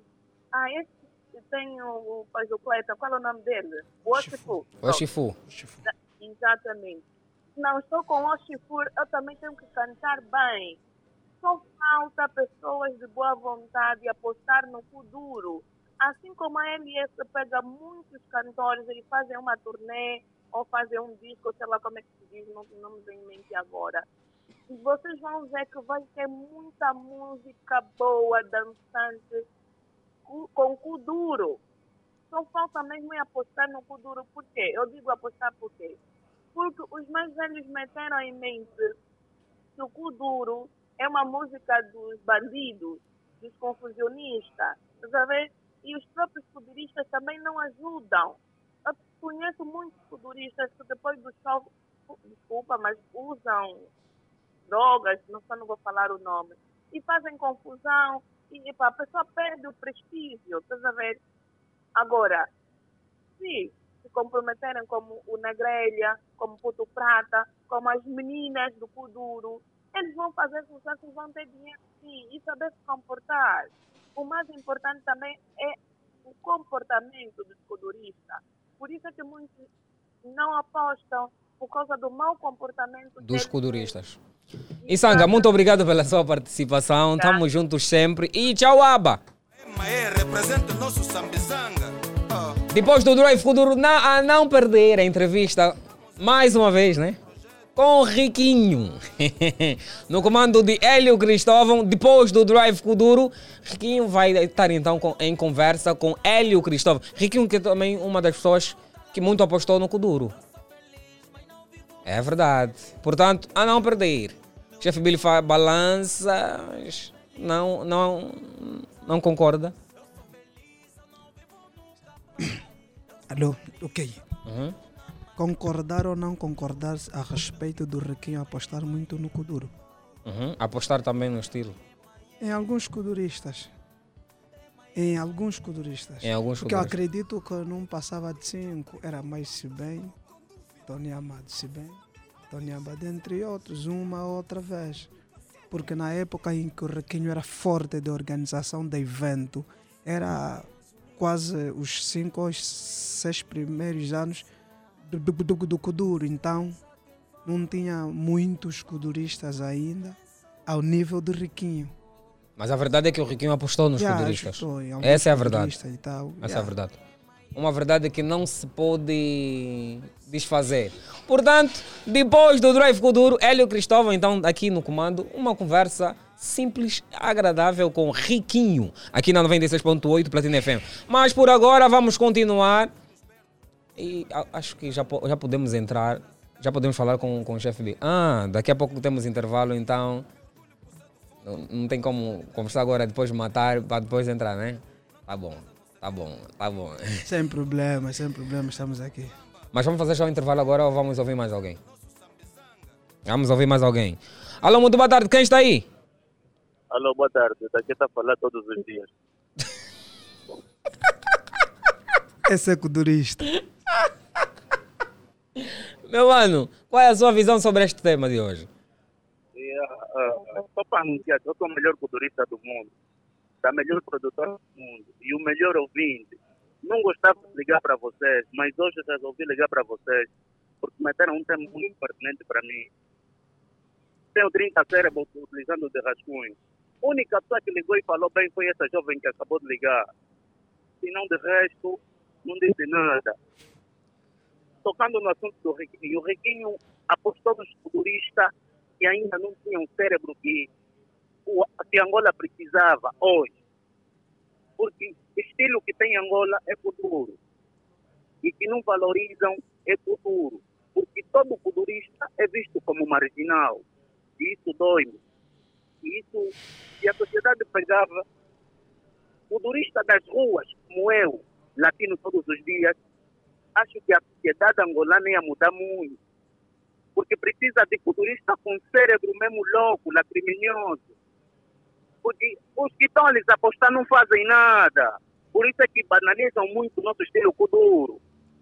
tem o Cleiton, qual é o nome dele? O Oshifu. Oshifu. Exatamente. Não, estou com o Oshifu, eu também tenho que cantar bem. Só falta pessoas de boa vontade apostar no kuduro. Assim como a LS pega muitos cantores e fazem uma turnê ou fazem um disco, sei lá como é que se diz, não me vem em mente agora. E vocês vão ver que vai ter muita música boa, dançante, com kuduro. Só falta mesmo apostar no kuduro. Por quê? Eu digo apostar por quê? Porque os mais velhos meteram em mente que o kuduro é uma música dos bandidos, dos confusionistas, sabe? E os próprios kuduristas também não ajudam. Eu conheço muitos kuduristas que depois do show, desculpa, mas usam drogas, não vou falar o nome, e fazem confusão, e a pessoa perde o prestígio, estás a ver? Agora, se comprometerem como o Negrelha, como Puto Prata, como as meninas do kuduro, eles vão fazer sucesso e vão ter dinheiro sim, e saber se comportar. O mais importante também é o comportamento dos kuduristas. Por isso é que muitos não apostam por causa do mau comportamento dos kuduristas. Isanga, muito obrigado pela sua participação. Estamos juntos sempre. E tchau, Aba. Representa o nosso Sambizanga. Depois do Drive Kuduro, a não perder a entrevista, mais uma vez, né? Com Riquinho. No comando de Hélio Cristóvão, depois do Drive Kuduro, Riquinho vai estar então em conversa com Hélio Cristóvão. Riquinho que é também uma das pessoas que muito apostou no kuduro. É verdade. Portanto, a não perder. Chefe Billy faz balanças. Não concorda? Alô, ok. Concordar ou não concordar a respeito do Requinho apostar muito no Kuduro? Apostar também no estilo? Em alguns kuduristas. Porque eu acredito que não passava de 5. Era mais Sibem, Tony Amado Sibem, Tony Amado, entre outros, uma outra vez. Porque na época em que o Requinho era forte de organização de evento, era quase os 5 ou 6 primeiros anos do Kuduro. Então, não tinha muitos kuduristas ainda ao nível do Requinho. Mas a verdade é que o Requinho apostou nos kuduristas. Essa é a verdade. Essa é a verdade. Uma verdade que não se pode desfazer. Portanto, depois do Drive Kuduro, Hélio Cristóvão, então, aqui no comando, uma conversa simples, agradável com Requinho, aqui na 96.8 Platina FM. Mas por agora vamos continuar e acho que já podemos entrar, já podemos falar com o chefe B. Daqui a pouco temos intervalo, então não tem como conversar agora, depois matar, para depois entrar, né? Tá bom. Sem problema, estamos aqui. Mas vamos fazer já o intervalo agora ou vamos ouvir mais alguém? Vamos ouvir mais alguém. Alô, muito boa tarde, quem está aí? Alô, boa tarde, daqui está a falar todos os dias. Esse é kudurista. Meu mano, qual é a sua visão sobre este tema de hoje? Só para anunciar, eu sou o melhor kudurista do mundo, da melhor produtora do mundo e o melhor ouvinte. Não gostava de ligar para vocês, mas hoje resolvi ligar para vocês porque meteram um tema muito pertinente para mim. Tenho 30 cérebros utilizando o de rascunho. A única pessoa que ligou e falou bem foi essa jovem que acabou de ligar. Se não, de resto, não disse nada. Tocando no assunto do Requinho, o Requinho apostou nos futuristas que ainda não tinham cérebro que Angola precisava hoje. Porque o estilo que tem Angola é futuro. E que não valorizam é futuro. Porque todo futurista é visto como marginal. E isso dói-me. E isso, se a sociedade pegava futurista das ruas, como eu, latino todos os dias, acho que a sociedade angolana ia mudar muito. Porque precisa de futurista com cérebro mesmo louco, lacriminoso. Porque os que estão ali a apostar não fazem nada. Por isso é que banalizam muito o nosso estilo Kuduro.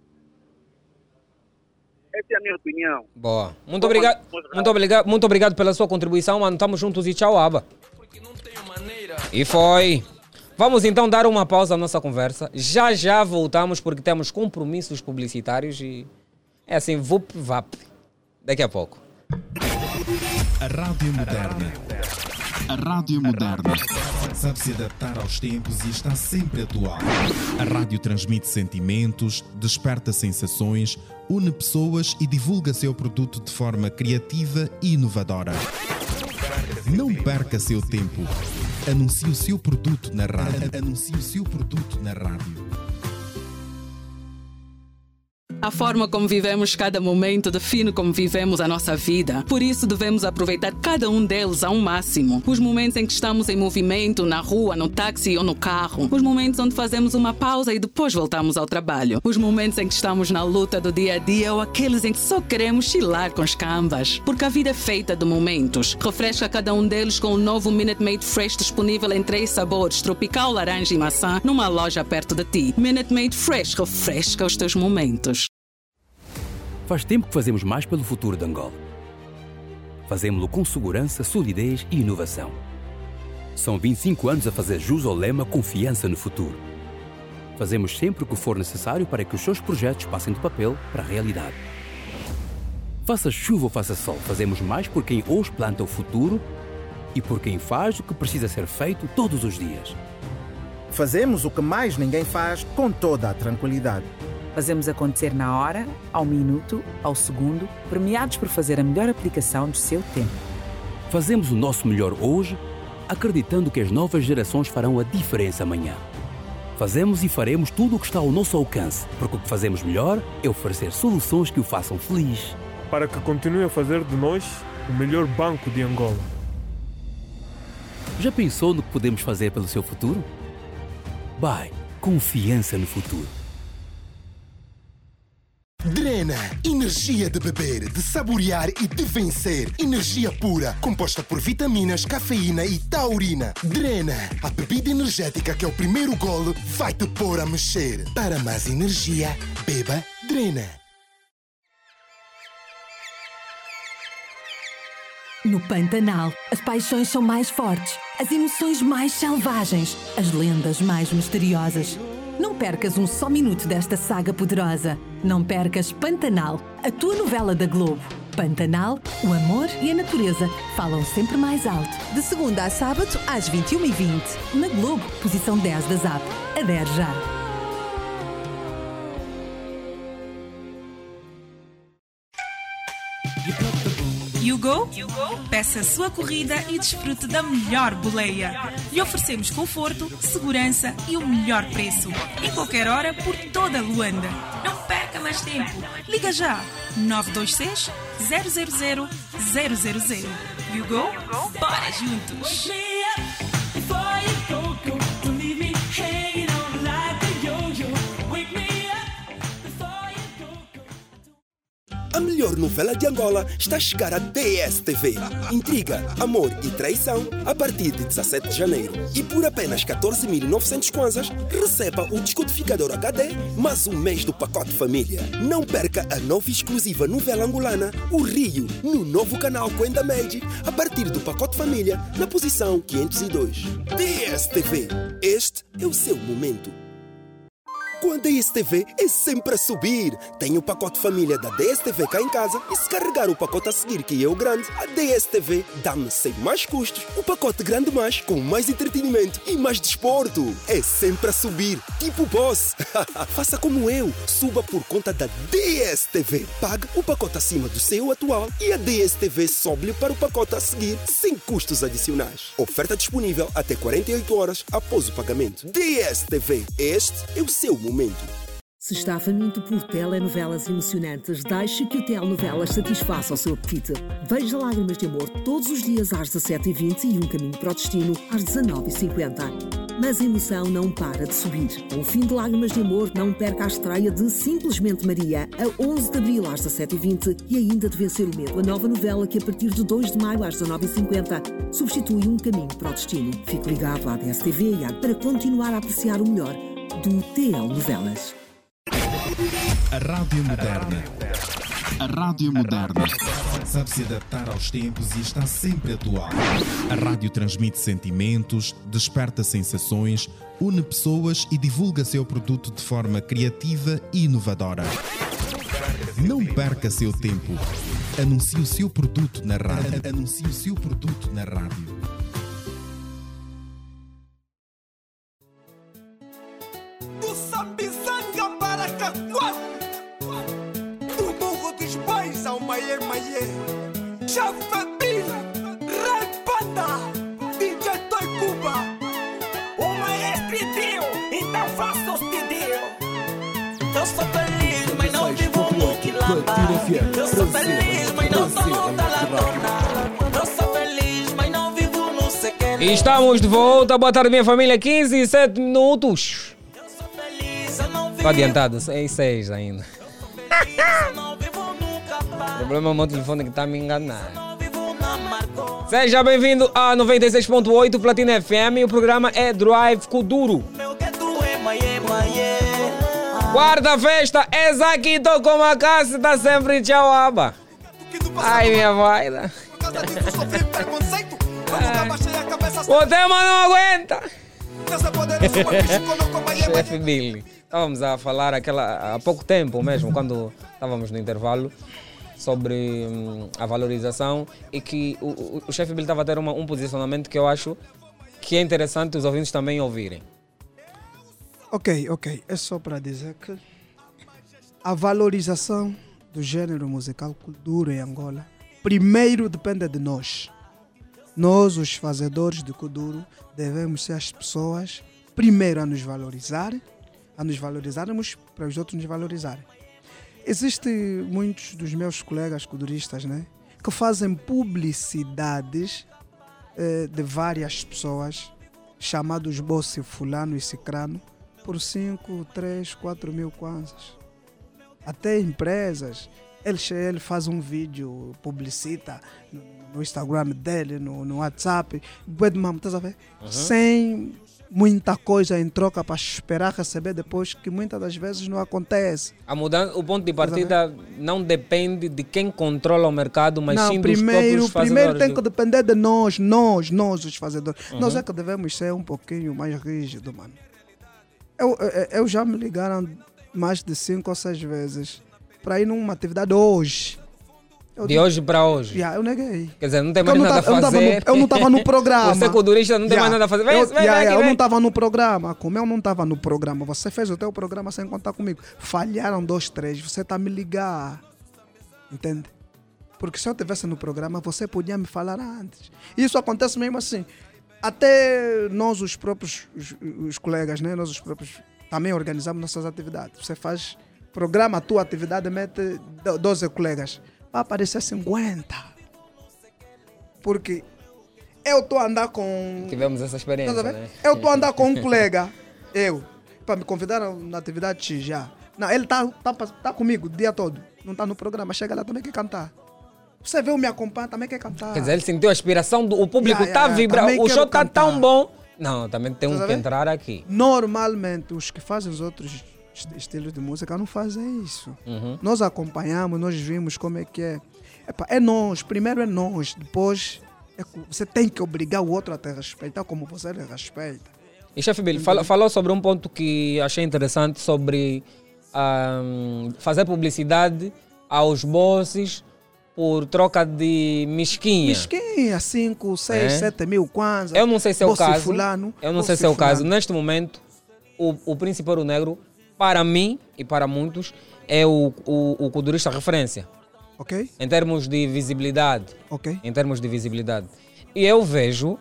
Essa é a minha opinião. Boa. Muito obrigado pela sua contribuição, mano. Estamos juntos e tchau, Aba. E foi. Vamos então dar uma pausa à nossa conversa. Já voltamos porque temos compromissos publicitários e é assim, vup-vap. Daqui a pouco. A Rádio Moderna. A Rádio Moderna sabe se adaptar aos tempos e está sempre atual. A rádio transmite sentimentos, desperta sensações, une pessoas e divulga seu produto de forma criativa e inovadora. Não perca seu tempo. Anuncie o seu produto na rádio. A forma como vivemos cada momento define como vivemos a nossa vida. Por isso devemos aproveitar cada um deles ao máximo. Os momentos em que estamos em movimento, na rua, no táxi ou no carro. Os momentos onde fazemos uma pausa e depois voltamos ao trabalho. Os momentos em que estamos na luta do dia a dia ou aqueles em que só queremos chilar com as cambas. Porque a vida é feita de momentos. Refresca cada um deles com o novo Minute Maid Fresh disponível em 3 sabores, tropical, laranja e maçã, numa loja perto de ti. Minute Maid Fresh refresca os teus momentos. Faz tempo que fazemos mais pelo futuro de Angola. Fazemos-lo com segurança, solidez e inovação. São 25 anos a fazer jus ao lema Confiança no Futuro. Fazemos sempre o que for necessário para que os seus projetos passem do papel para a realidade. Faça chuva ou faça sol, fazemos mais por quem hoje planta o futuro e por quem faz o que precisa ser feito todos os dias. Fazemos o que mais ninguém faz com toda a tranquilidade. Fazemos acontecer na hora, ao minuto, ao segundo, premiados por fazer a melhor aplicação do seu tempo. Fazemos o nosso melhor hoje, acreditando que as novas gerações farão a diferença amanhã. Fazemos e faremos tudo o que está ao nosso alcance, porque o que fazemos melhor é oferecer soluções que o façam feliz. para que continue a fazer de nós o melhor banco de Angola. Já pensou no que podemos fazer pelo seu futuro? BAE, confiança no futuro. Drena, energia de beber, de saborear e de vencer. Energia pura, composta por vitaminas, cafeína e taurina. Drena, a bebida energética que é o primeiro golo vai te pôr a mexer. Para mais energia, beba Drena. No Pantanal, as paixões são mais fortes, as emoções mais selvagens, as lendas mais misteriosas. Não percas um só minuto desta saga poderosa. Não percas Pantanal, a tua novela da Globo. Pantanal, o amor e a natureza falam sempre mais alto. De segunda a sábado, às 21h20. Na Globo, posição 10 da ZAP. Adere já. YouGo? Peça a sua corrida e desfrute da melhor boleia. Lhe oferecemos conforto, segurança e o melhor preço. Em qualquer hora, por toda a Luanda. Não perca mais tempo. Liga já. 926 000 000. YouGo? Bora juntos! A melhor novela de Angola está a chegar à DSTV. Intriga, amor e traição a partir de 17 de janeiro. E por apenas 14.900 kwanzas, receba o descodificador HD mais um mês do pacote família. Não perca a nova e exclusiva novela angolana, O Rio, no novo canal Quenda Made, a partir do pacote família, na posição 502. DSTV, este é o seu momento. Com a DSTV é sempre a subir. Tem o pacote família da DSTV cá em casa e se carregar o pacote a seguir, que é o grande, a DSTV dá-me sem mais custos o pacote grande mais, com mais entretenimento e mais desporto. É sempre a subir, tipo boss. Faça como eu, suba por conta da DSTV. Pague o pacote acima do seu atual e a DSTV sobe-lhe para o pacote a seguir, sem custos adicionais. Oferta disponível até 48 horas após o pagamento. DSTV, este é o seu momento. Se está faminto por telenovelas emocionantes, deixe que o Telenovelas satisfaça o seu apetite. Veja Lágrimas de Amor todos os dias às 17h20 e Um Caminho para o Destino às 19h50. Mas a emoção não para de subir. Com o fim de Lágrimas de Amor, não perca a estreia de Simplesmente Maria, a 11 de abril às 17h20 e ainda de Vencer o Medo, a nova novela que a partir de 2 de maio às 19h50 substitui Um Caminho para o Destino. Fique ligado à DSTV para continuar a apreciar o melhor do Telenovelas. A Rádio Moderna. A Rádio Moderna sabe se adaptar aos tempos e está sempre atual. A rádio transmite sentimentos, desperta sensações, une pessoas e divulga seu produto de forma criativa e inovadora. Não perca seu tempo. Anuncie o seu produto na rádio. Anuncie o seu produto na rádio. Eu sou feliz, mas não vivo no quilamba. Eu sou feliz, mas não sou no talatona. Eu sou feliz, mas não vivo no sequer. Estamos de volta, boa tarde minha família, 15 e 7 minutos. Estou adiantado, 6 ainda. O problema é o meu telefone que está me enganando. Seja bem-vindo a 96.8 Platina FM, o programa é Drive Kuduro. Quarta festa, essa aqui tô com uma casa, tá sempre tchau, aba. Ai, minha vaida. O tema não aguenta. Chefe Billy. Estávamos a falar há pouco tempo mesmo, quando estávamos no intervalo, sobre a valorização e que o chefe Billy estava a ter um posicionamento que eu acho que é interessante os ouvintes também ouvirem. Ok. É só para dizer que a valorização do gênero musical Kuduro em Angola, primeiro depende de nós. Nós, os fazedores de Kuduro, devemos ser as pessoas, primeiro, a nos valorizarmos para os outros nos valorizarem. Existem muitos dos meus colegas kuduristas, né, que fazem publicidades de várias pessoas, chamados Bossi, Fulano e Cicrano, por 5, 3, 4 mil kwanzas. Até empresas, ele faz um vídeo, publicita no Instagram dele, no WhatsApp, estás a ver? Sem muita coisa em troca para esperar receber depois, que muitas das vezes não acontece. O ponto de partida não depende de quem controla o mercado, mas sim dos próprios fazedores. Primeiro tem que depender de nós os fazedores. Nós é que devemos ser um pouquinho mais rígidos, mano. Eu já me ligaram mais de 5 ou 6 vezes para ir numa atividade hoje. Hoje para hoje? Eu neguei. Quer dizer, não tem mais nada a fazer. Eu não estava no programa. Você kudurista não tem mais nada a fazer. Eu não estava no programa. Como eu não estava no programa, você fez o teu programa sem contar comigo. Falharam 2, 3. Você está a me ligar. Entende? Porque se eu estivesse no programa, você podia me falar antes. Isso acontece mesmo assim. Até nós, os próprios os colegas, né? Nós os próprios também organizamos nossas atividades. Você faz programa, a tua atividade, mete 12 colegas. Vai aparecer 50. Porque eu estou a andar com... Tivemos essa experiência, né? Eu estou a andar com um colega, para me convidar na atividade X já. Não, ele tá comigo o dia todo. Não está no programa. Chega lá, também quer cantar. Você vê, me acompanha, também quer cantar. Quer dizer, ele sentiu a aspiração, o público está vibrando, o show está tão bom. Não, também tem que entrar aqui. Normalmente, os que fazem os outros estilos de música não fazem isso. Nós acompanhamos, nós vimos como é que é. É nós, primeiro é nós, depois você tem que obrigar o outro a te respeitar como você lhe respeita. E chefe Billy, falou sobre um ponto que achei interessante, sobre fazer publicidade aos bosses por troca de misquinha. Misquinha, 5, 6, 7 mil kwanzas. Eu não sei se é o caso. Fulano, eu não sei se é o caso. Neste momento, o Príncipe Ouro Negro, para mim e para muitos, é o kudurista referência. Ok. Em termos de visibilidade. Ok. Em termos de visibilidade. E eu vejo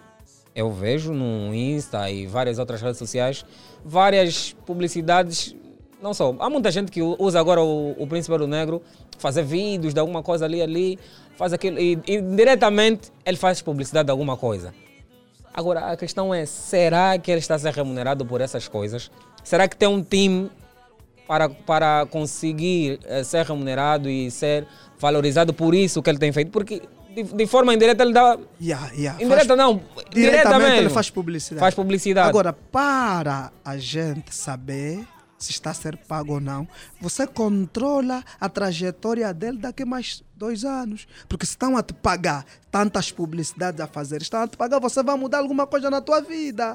no Insta e várias outras redes sociais, várias publicidades, não só. Há muita gente que usa agora o Príncipe Ouro Negro, fazer vídeos de alguma coisa ali, faz aquilo, e diretamente ele faz publicidade de alguma coisa. Agora, a questão é, será que ele está a ser remunerado por essas coisas? Será que tem um time para conseguir ser remunerado e ser valorizado por isso que ele tem feito? Porque de forma indireta ele dá... Indireta não, diretamente ele faz publicidade. Faz publicidade. Agora, para a gente saber se está a ser pago ou não, você controla a trajetória dele daqui a mais 2 anos. Porque se estão a te pagar tantas publicidades a fazer, estão a te pagar, você vai mudar alguma coisa na tua vida.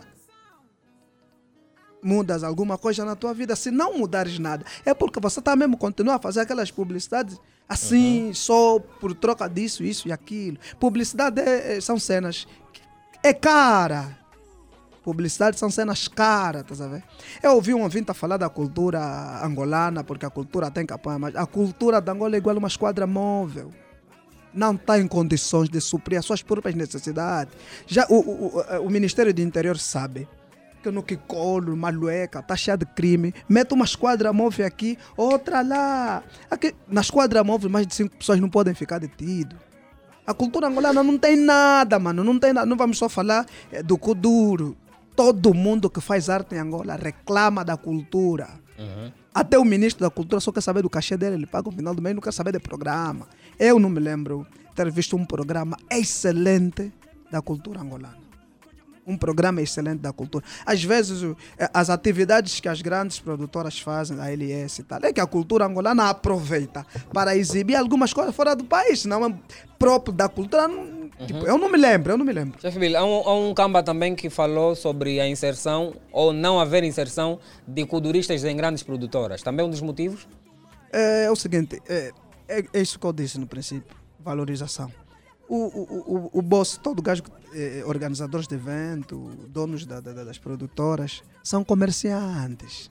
Mudas alguma coisa na tua vida. Se não mudares nada, é porque você está mesmo continuando a fazer aquelas publicidades assim, só por troca disso, isso e aquilo. Publicidade são cenas... É cara. Publicidade são cenas caras, estás a ver? Eu ouvi um ouvinte a falar da cultura angolana, porque a cultura tem que apoiar, mas a cultura de Angola é igual a uma esquadra móvel. Não está em condições de suprir as suas próprias necessidades. Já o Ministério do Interior sabe que no Kikolo, Malueca, está cheio de crime. Mete uma esquadra móvel aqui, outra lá. Aqui, na esquadra móvel, mais de 5 pessoas não podem ficar detidas. A cultura angolana não tem nada, mano. Não tem nada. Não vamos só falar do Kuduro. Todo mundo que faz arte em Angola reclama da cultura. Até o ministro da cultura só quer saber do cachê dele. Ele paga no final do mês, não quer saber de programa. Eu não me lembro de ter visto um programa excelente da cultura angolana. Um programa excelente da cultura. Às vezes, as atividades que as grandes produtoras fazem, a LS e tal, é que a cultura angolana aproveita para exibir algumas coisas fora do país, não é próprio da cultura. Tipo, eu não me lembro. Chefe Billy, há um camba também que falou sobre a inserção ou não haver inserção de kuduristas em grandes produtoras. Também é um dos motivos? É o seguinte, é isso que eu disse no princípio, valorização. O boss, todo gajo, organizadores de evento, donos das produtoras, são comerciantes.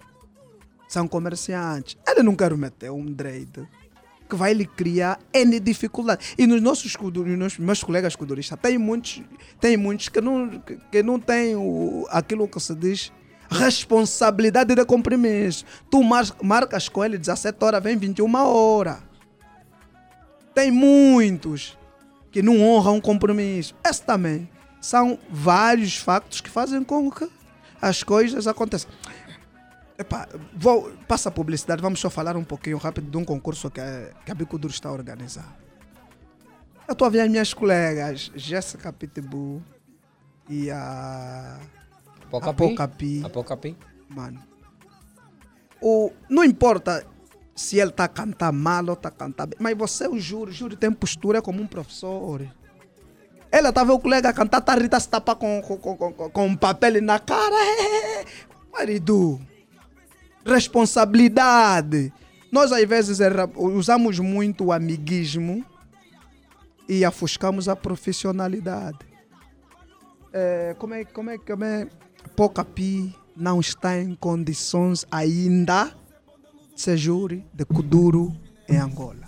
Ele não quer meter um direito que vai lhe criar N dificuldade. E nos meus colegas kuduristas, tem muitos que não têm aquilo que se diz Responsabilidade de compromisso. Tu marcas com ele 17 horas, vem 21 horas. Tem muitos que não honram um compromisso. Esse também. São vários factos que fazem com que as coisas aconteçam. Epá, passa a publicidade, vamos só falar um pouquinho rápido de um concurso que a Bico Duro está a organizar. Eu estou a ver as minhas colegas, Jéssica Pitbull e a Apocapi. Mano, não importa se ele está a cantar mal ou está a cantar bem, mas você, o júri tem postura como um professor. Ela está a ver o colega a cantar, tá a Rita se tapar com um papel na cara. Marido, responsabilidade. Nós às vezes usamos muito o amiguismo e ofuscamos a profissionalidade. Como é? Pocapi não está em condições ainda de ser júri de Kuduro em Angola.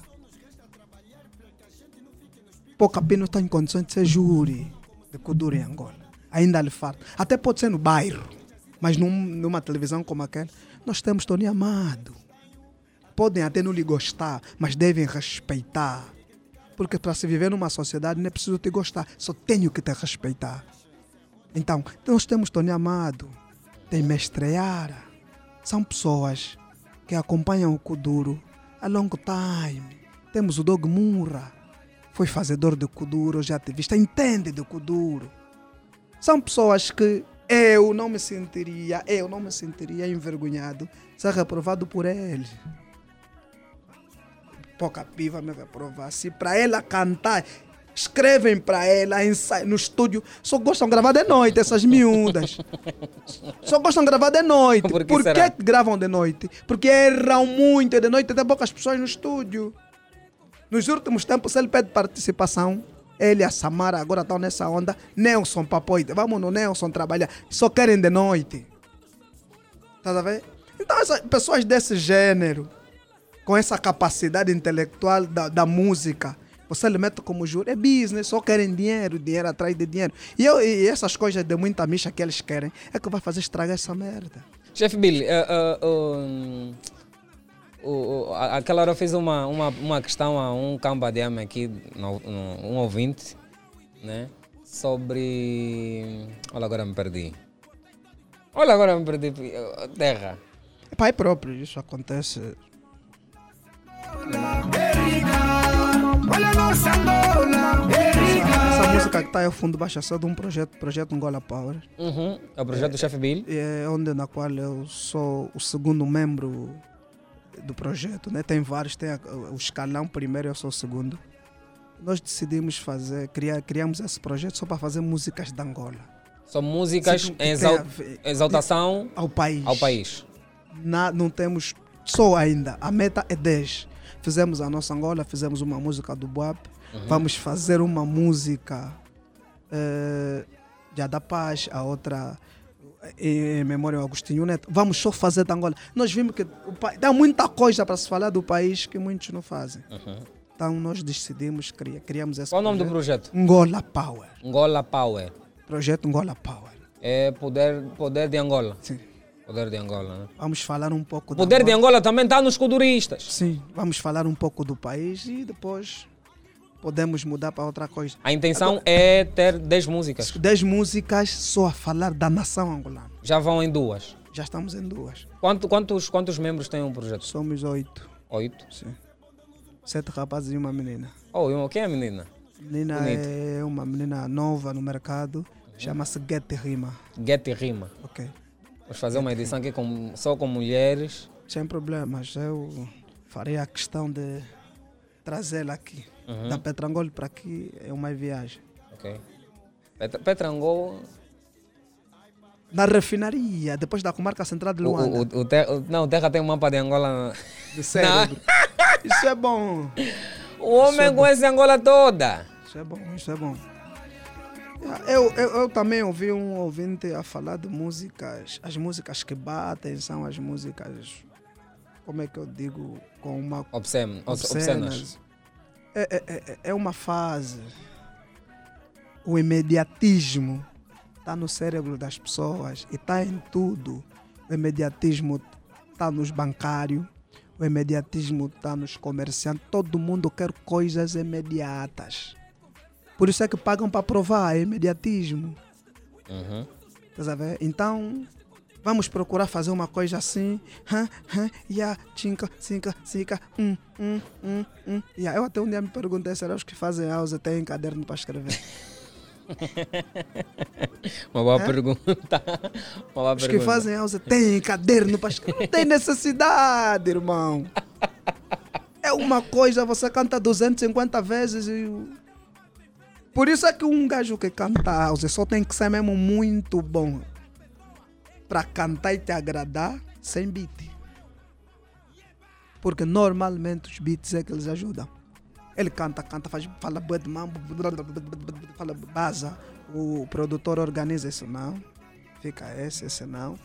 Pocapi não está em condições de ser júri de Kuduro em Angola. Ainda lhe falta. Até pode ser no bairro, mas numa televisão como aquela, nós temos Tony Amado. Podem até não lhe gostar, mas devem respeitar. Porque para se viver numa sociedade não é preciso te gostar, só tenho que te respeitar. Então, nós temos Tony Amado, tem Mestre Yara. São pessoas que acompanham o Kuduro a long time. Temos o Dog Mura, foi fazedor de Kuduro, já ativista, entende de Kuduro. São pessoas que eu não me sentiria envergonhado ser reprovado por eles. Pocapi vai me reprovar. Se para ela cantar, escrevem para ela, ensaio no estúdio, só gostam de gravar de noite, essas miúdas. Só gostam de gravar de noite. Por que gravam de noite? Porque erram muito de noite, tem poucas pessoas no estúdio. Nos últimos tempos, se ele pede participação, ele e a Samara agora estão nessa onda. Nelson Papoite, vamos no Nelson trabalhar. Só querem de noite. Tá a ver? Então, essas pessoas desse gênero, com essa capacidade intelectual da música, você lhe mete como júri, é business, só querem dinheiro atrás de dinheiro. E essas coisas de muita micha que eles querem, é que vai fazer estragar essa merda. Chefe Billy, aquela hora eu fiz uma questão a um cambadiame aqui, um ouvinte, né? Sobre... Olha, agora me perdi. Terra. É pai próprio, isso acontece. Essa música que está aí ao fundo baixa só de um projeto Angola Power. É o projeto do Chefe Billy. Na qual eu sou o segundo membro do projeto, né? Tem vários, tem o escalão primeiro, eu sou o segundo. Nós decidimos criamos esse projeto só para fazer músicas de Angola. São músicas em exaltação ao país. Não temos só ainda, a meta é 10. Fizemos a nossa Angola, fizemos uma música do Boab, vamos fazer uma música de da Paz, a outra em memória ao Agostinho Neto. Vamos só fazer da Angola. Nós vimos que dá muita coisa para se falar do país que muitos não fazem. Então nós decidimos, criamos esse projeto. Qual o nome do projeto? Angola Power. Angola Power. Projeto Angola Power. É poder de Angola. Sim. Poder de Angola, né? Vamos falar um pouco... Poder de Angola também está nos kuduristas. Sim, vamos falar um pouco do país e depois podemos mudar para outra coisa. A intenção é ter 10 músicas. 10 músicas só a falar da nação angolana. Já vão em 2? Já estamos em 2. Quantos membros tem um projeto? Somos 8. 8? Sim. 7 rapazes e uma menina. Quem é a menina? A menina bonita. É uma menina nova no mercado, chama-se Getty Rima. Getty Rima. Ok. Vamos fazer uma edição aqui só com mulheres. Sem problemas, eu farei a questão de trazê-la aqui. Da Petrangol para aqui é uma viagem. Ok. Petrangol... Na refinaria, depois da comarca central de Luanda. O Terra tem um mapa de Angola... De cérebro. Isso é bom. O homem conhece Angola toda. Isso é bom. Eu também ouvi um ouvinte a falar de músicas. As músicas que batem são as músicas, como é que eu digo, com uma... Obscenas. É uma fase. O imediatismo está no cérebro das pessoas e está em tudo. O imediatismo está nos bancários, o imediatismo está nos comerciantes. Todo mundo quer coisas imediatas. Por isso é que pagam para provar, é imediatismo. Estás a ver? Então, vamos procurar fazer uma coisa assim. Cinca. Eu até um dia me perguntei, será os que fazem house têm caderno para escrever? Uma boa pergunta. Os que fazem house têm caderno para escrever. Não tem necessidade, irmão. É uma coisa, você canta 250 vezes e... Por isso é que um gajo que canta house só tem que ser mesmo muito bom para cantar e te agradar sem beat. Porque normalmente os beats é que eles ajudam. Ele canta, fala de mambo, fala baza. O produtor organiza isso, não. Fica esse não.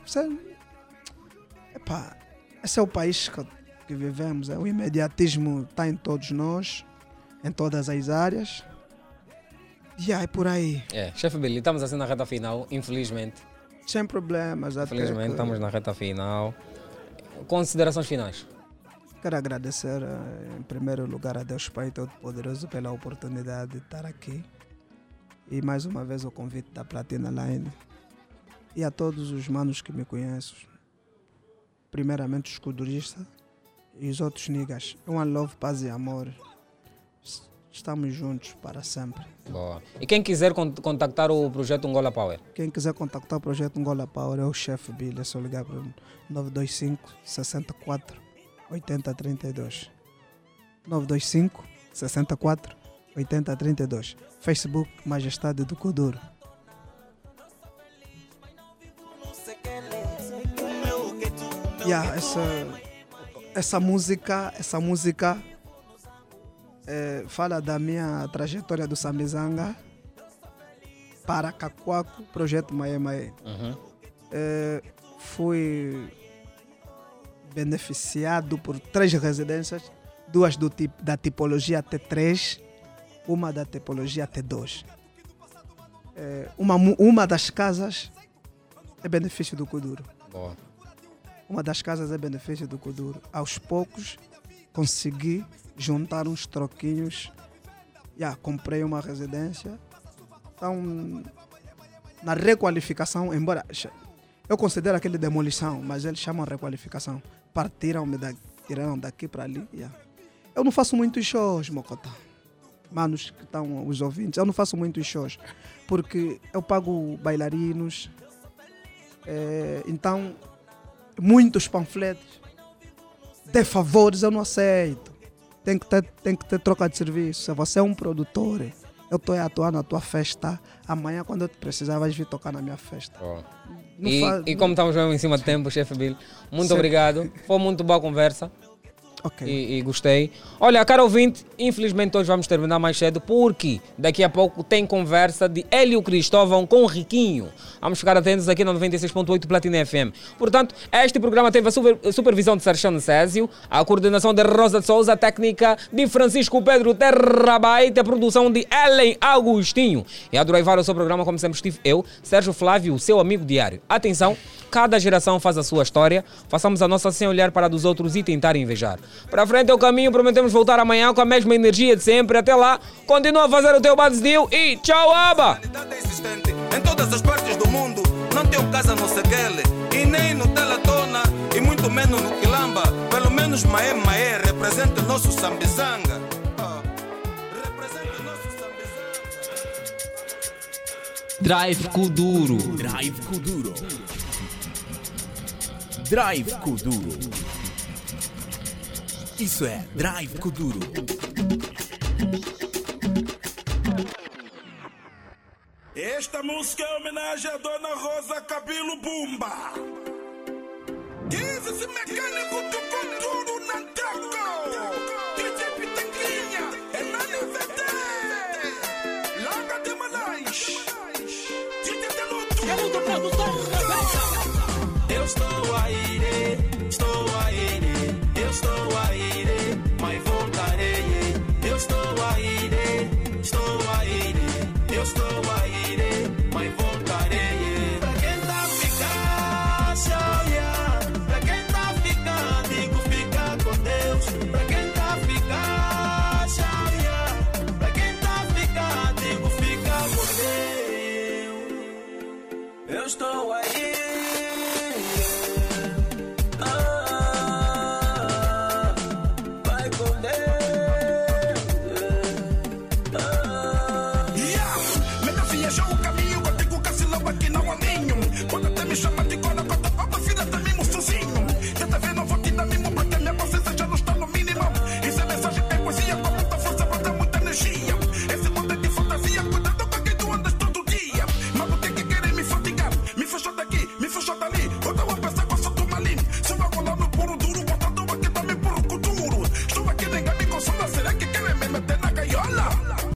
Esse é o país que vivemos. O imediatismo está em todos nós, em todas as áreas. E aí, por aí. Chefe Billy, estamos assim na reta final, infelizmente. Sem problemas. Infelizmente, estamos na reta final. Considerações finais? Quero agradecer, em primeiro lugar, a Deus Pai Todo-Poderoso pela oportunidade de estar aqui. E mais uma vez o convite da Platina Line. E a todos os manos que me conhecem. Primeiramente os Kuduristas e os outros niggas. One love, paz e amor. Estamos juntos para sempre. Boa. E quem quiser contactar o projeto Angola Power? Quem quiser contactar o projeto Angola Power é o chefe Billy. É só ligar para o 925 64 80 32. 925 64 80 32. Facebook Majestade do Kuduro. Essa música fala da minha trajetória do Sambizanga para Cacoaco, projeto Maê. Fui beneficiado por 3 residências, 2 da tipologia T3, uma da tipologia T2. Uma das casas é benefício do Kuduro. Boa. Uma das casas é benefício do Kuduro. Aos poucos consegui juntar uns troquinhos. Comprei uma residência. Então, na requalificação, embora eu considero aquele demolição, mas eles chamam requalificação. Tiraram daqui para ali. Eu não faço muitos shows, Mocota. Manos que estão, os ouvintes, eu não faço muitos shows. Porque eu pago bailarinos. Então, muitos panfletos. De favores eu não aceito. Tem que ter troca de serviço. Se você é um produtor, eu estou a atuar na tua festa. Amanhã, quando eu te precisar, vais vir tocar na minha festa. E como estamos mesmo em cima do tempo, chefe Bill, muito obrigado. Foi muito boa a conversa. E gostei. Olha, caro ouvinte, infelizmente hoje vamos terminar mais cedo porque daqui a pouco tem conversa de Hélio Cristóvão com o Riquinho. Vamos ficar atentos aqui na 96.8 Platina FM. Portanto, este programa teve a supervisão de Sérgio Césio, a coordenação de Rosa de Souza, a técnica de Francisco Pedro Terrabaite, a produção de Ellen Agostinho. E a Duraivar o seu programa, como sempre estive eu, Sérgio Flávio, o seu amigo diário. Atenção, cada geração faz a sua história, façamos a nossa sem olhar para a dos outros e tentar invejar. Para frente é o caminho, prometemos voltar amanhã com a mesma energia de sempre. Até lá, continua a fazer o teu Badsdil e tchau, aba! Em todas as partes do mundo, não tenho casa no Seguele, e nem no Telatona, e muito menos no Quilamba. Pelo menos Maé representa o nosso Sambizanga. Drive Kuduro. Drive Kuduro. Drive Kuduro. Isso é Drive Kuduro. Esta música é homenagem à Dona Rosa Cabelo Bumba. Diz esse mecânico do Kuduro na troca. DJ Pitanguinha, é na NVT. Larga de Manais. DJ Teluto. Eu estou a ir, mas voltarei. Eu estou a ir, mas voltarei. yeah.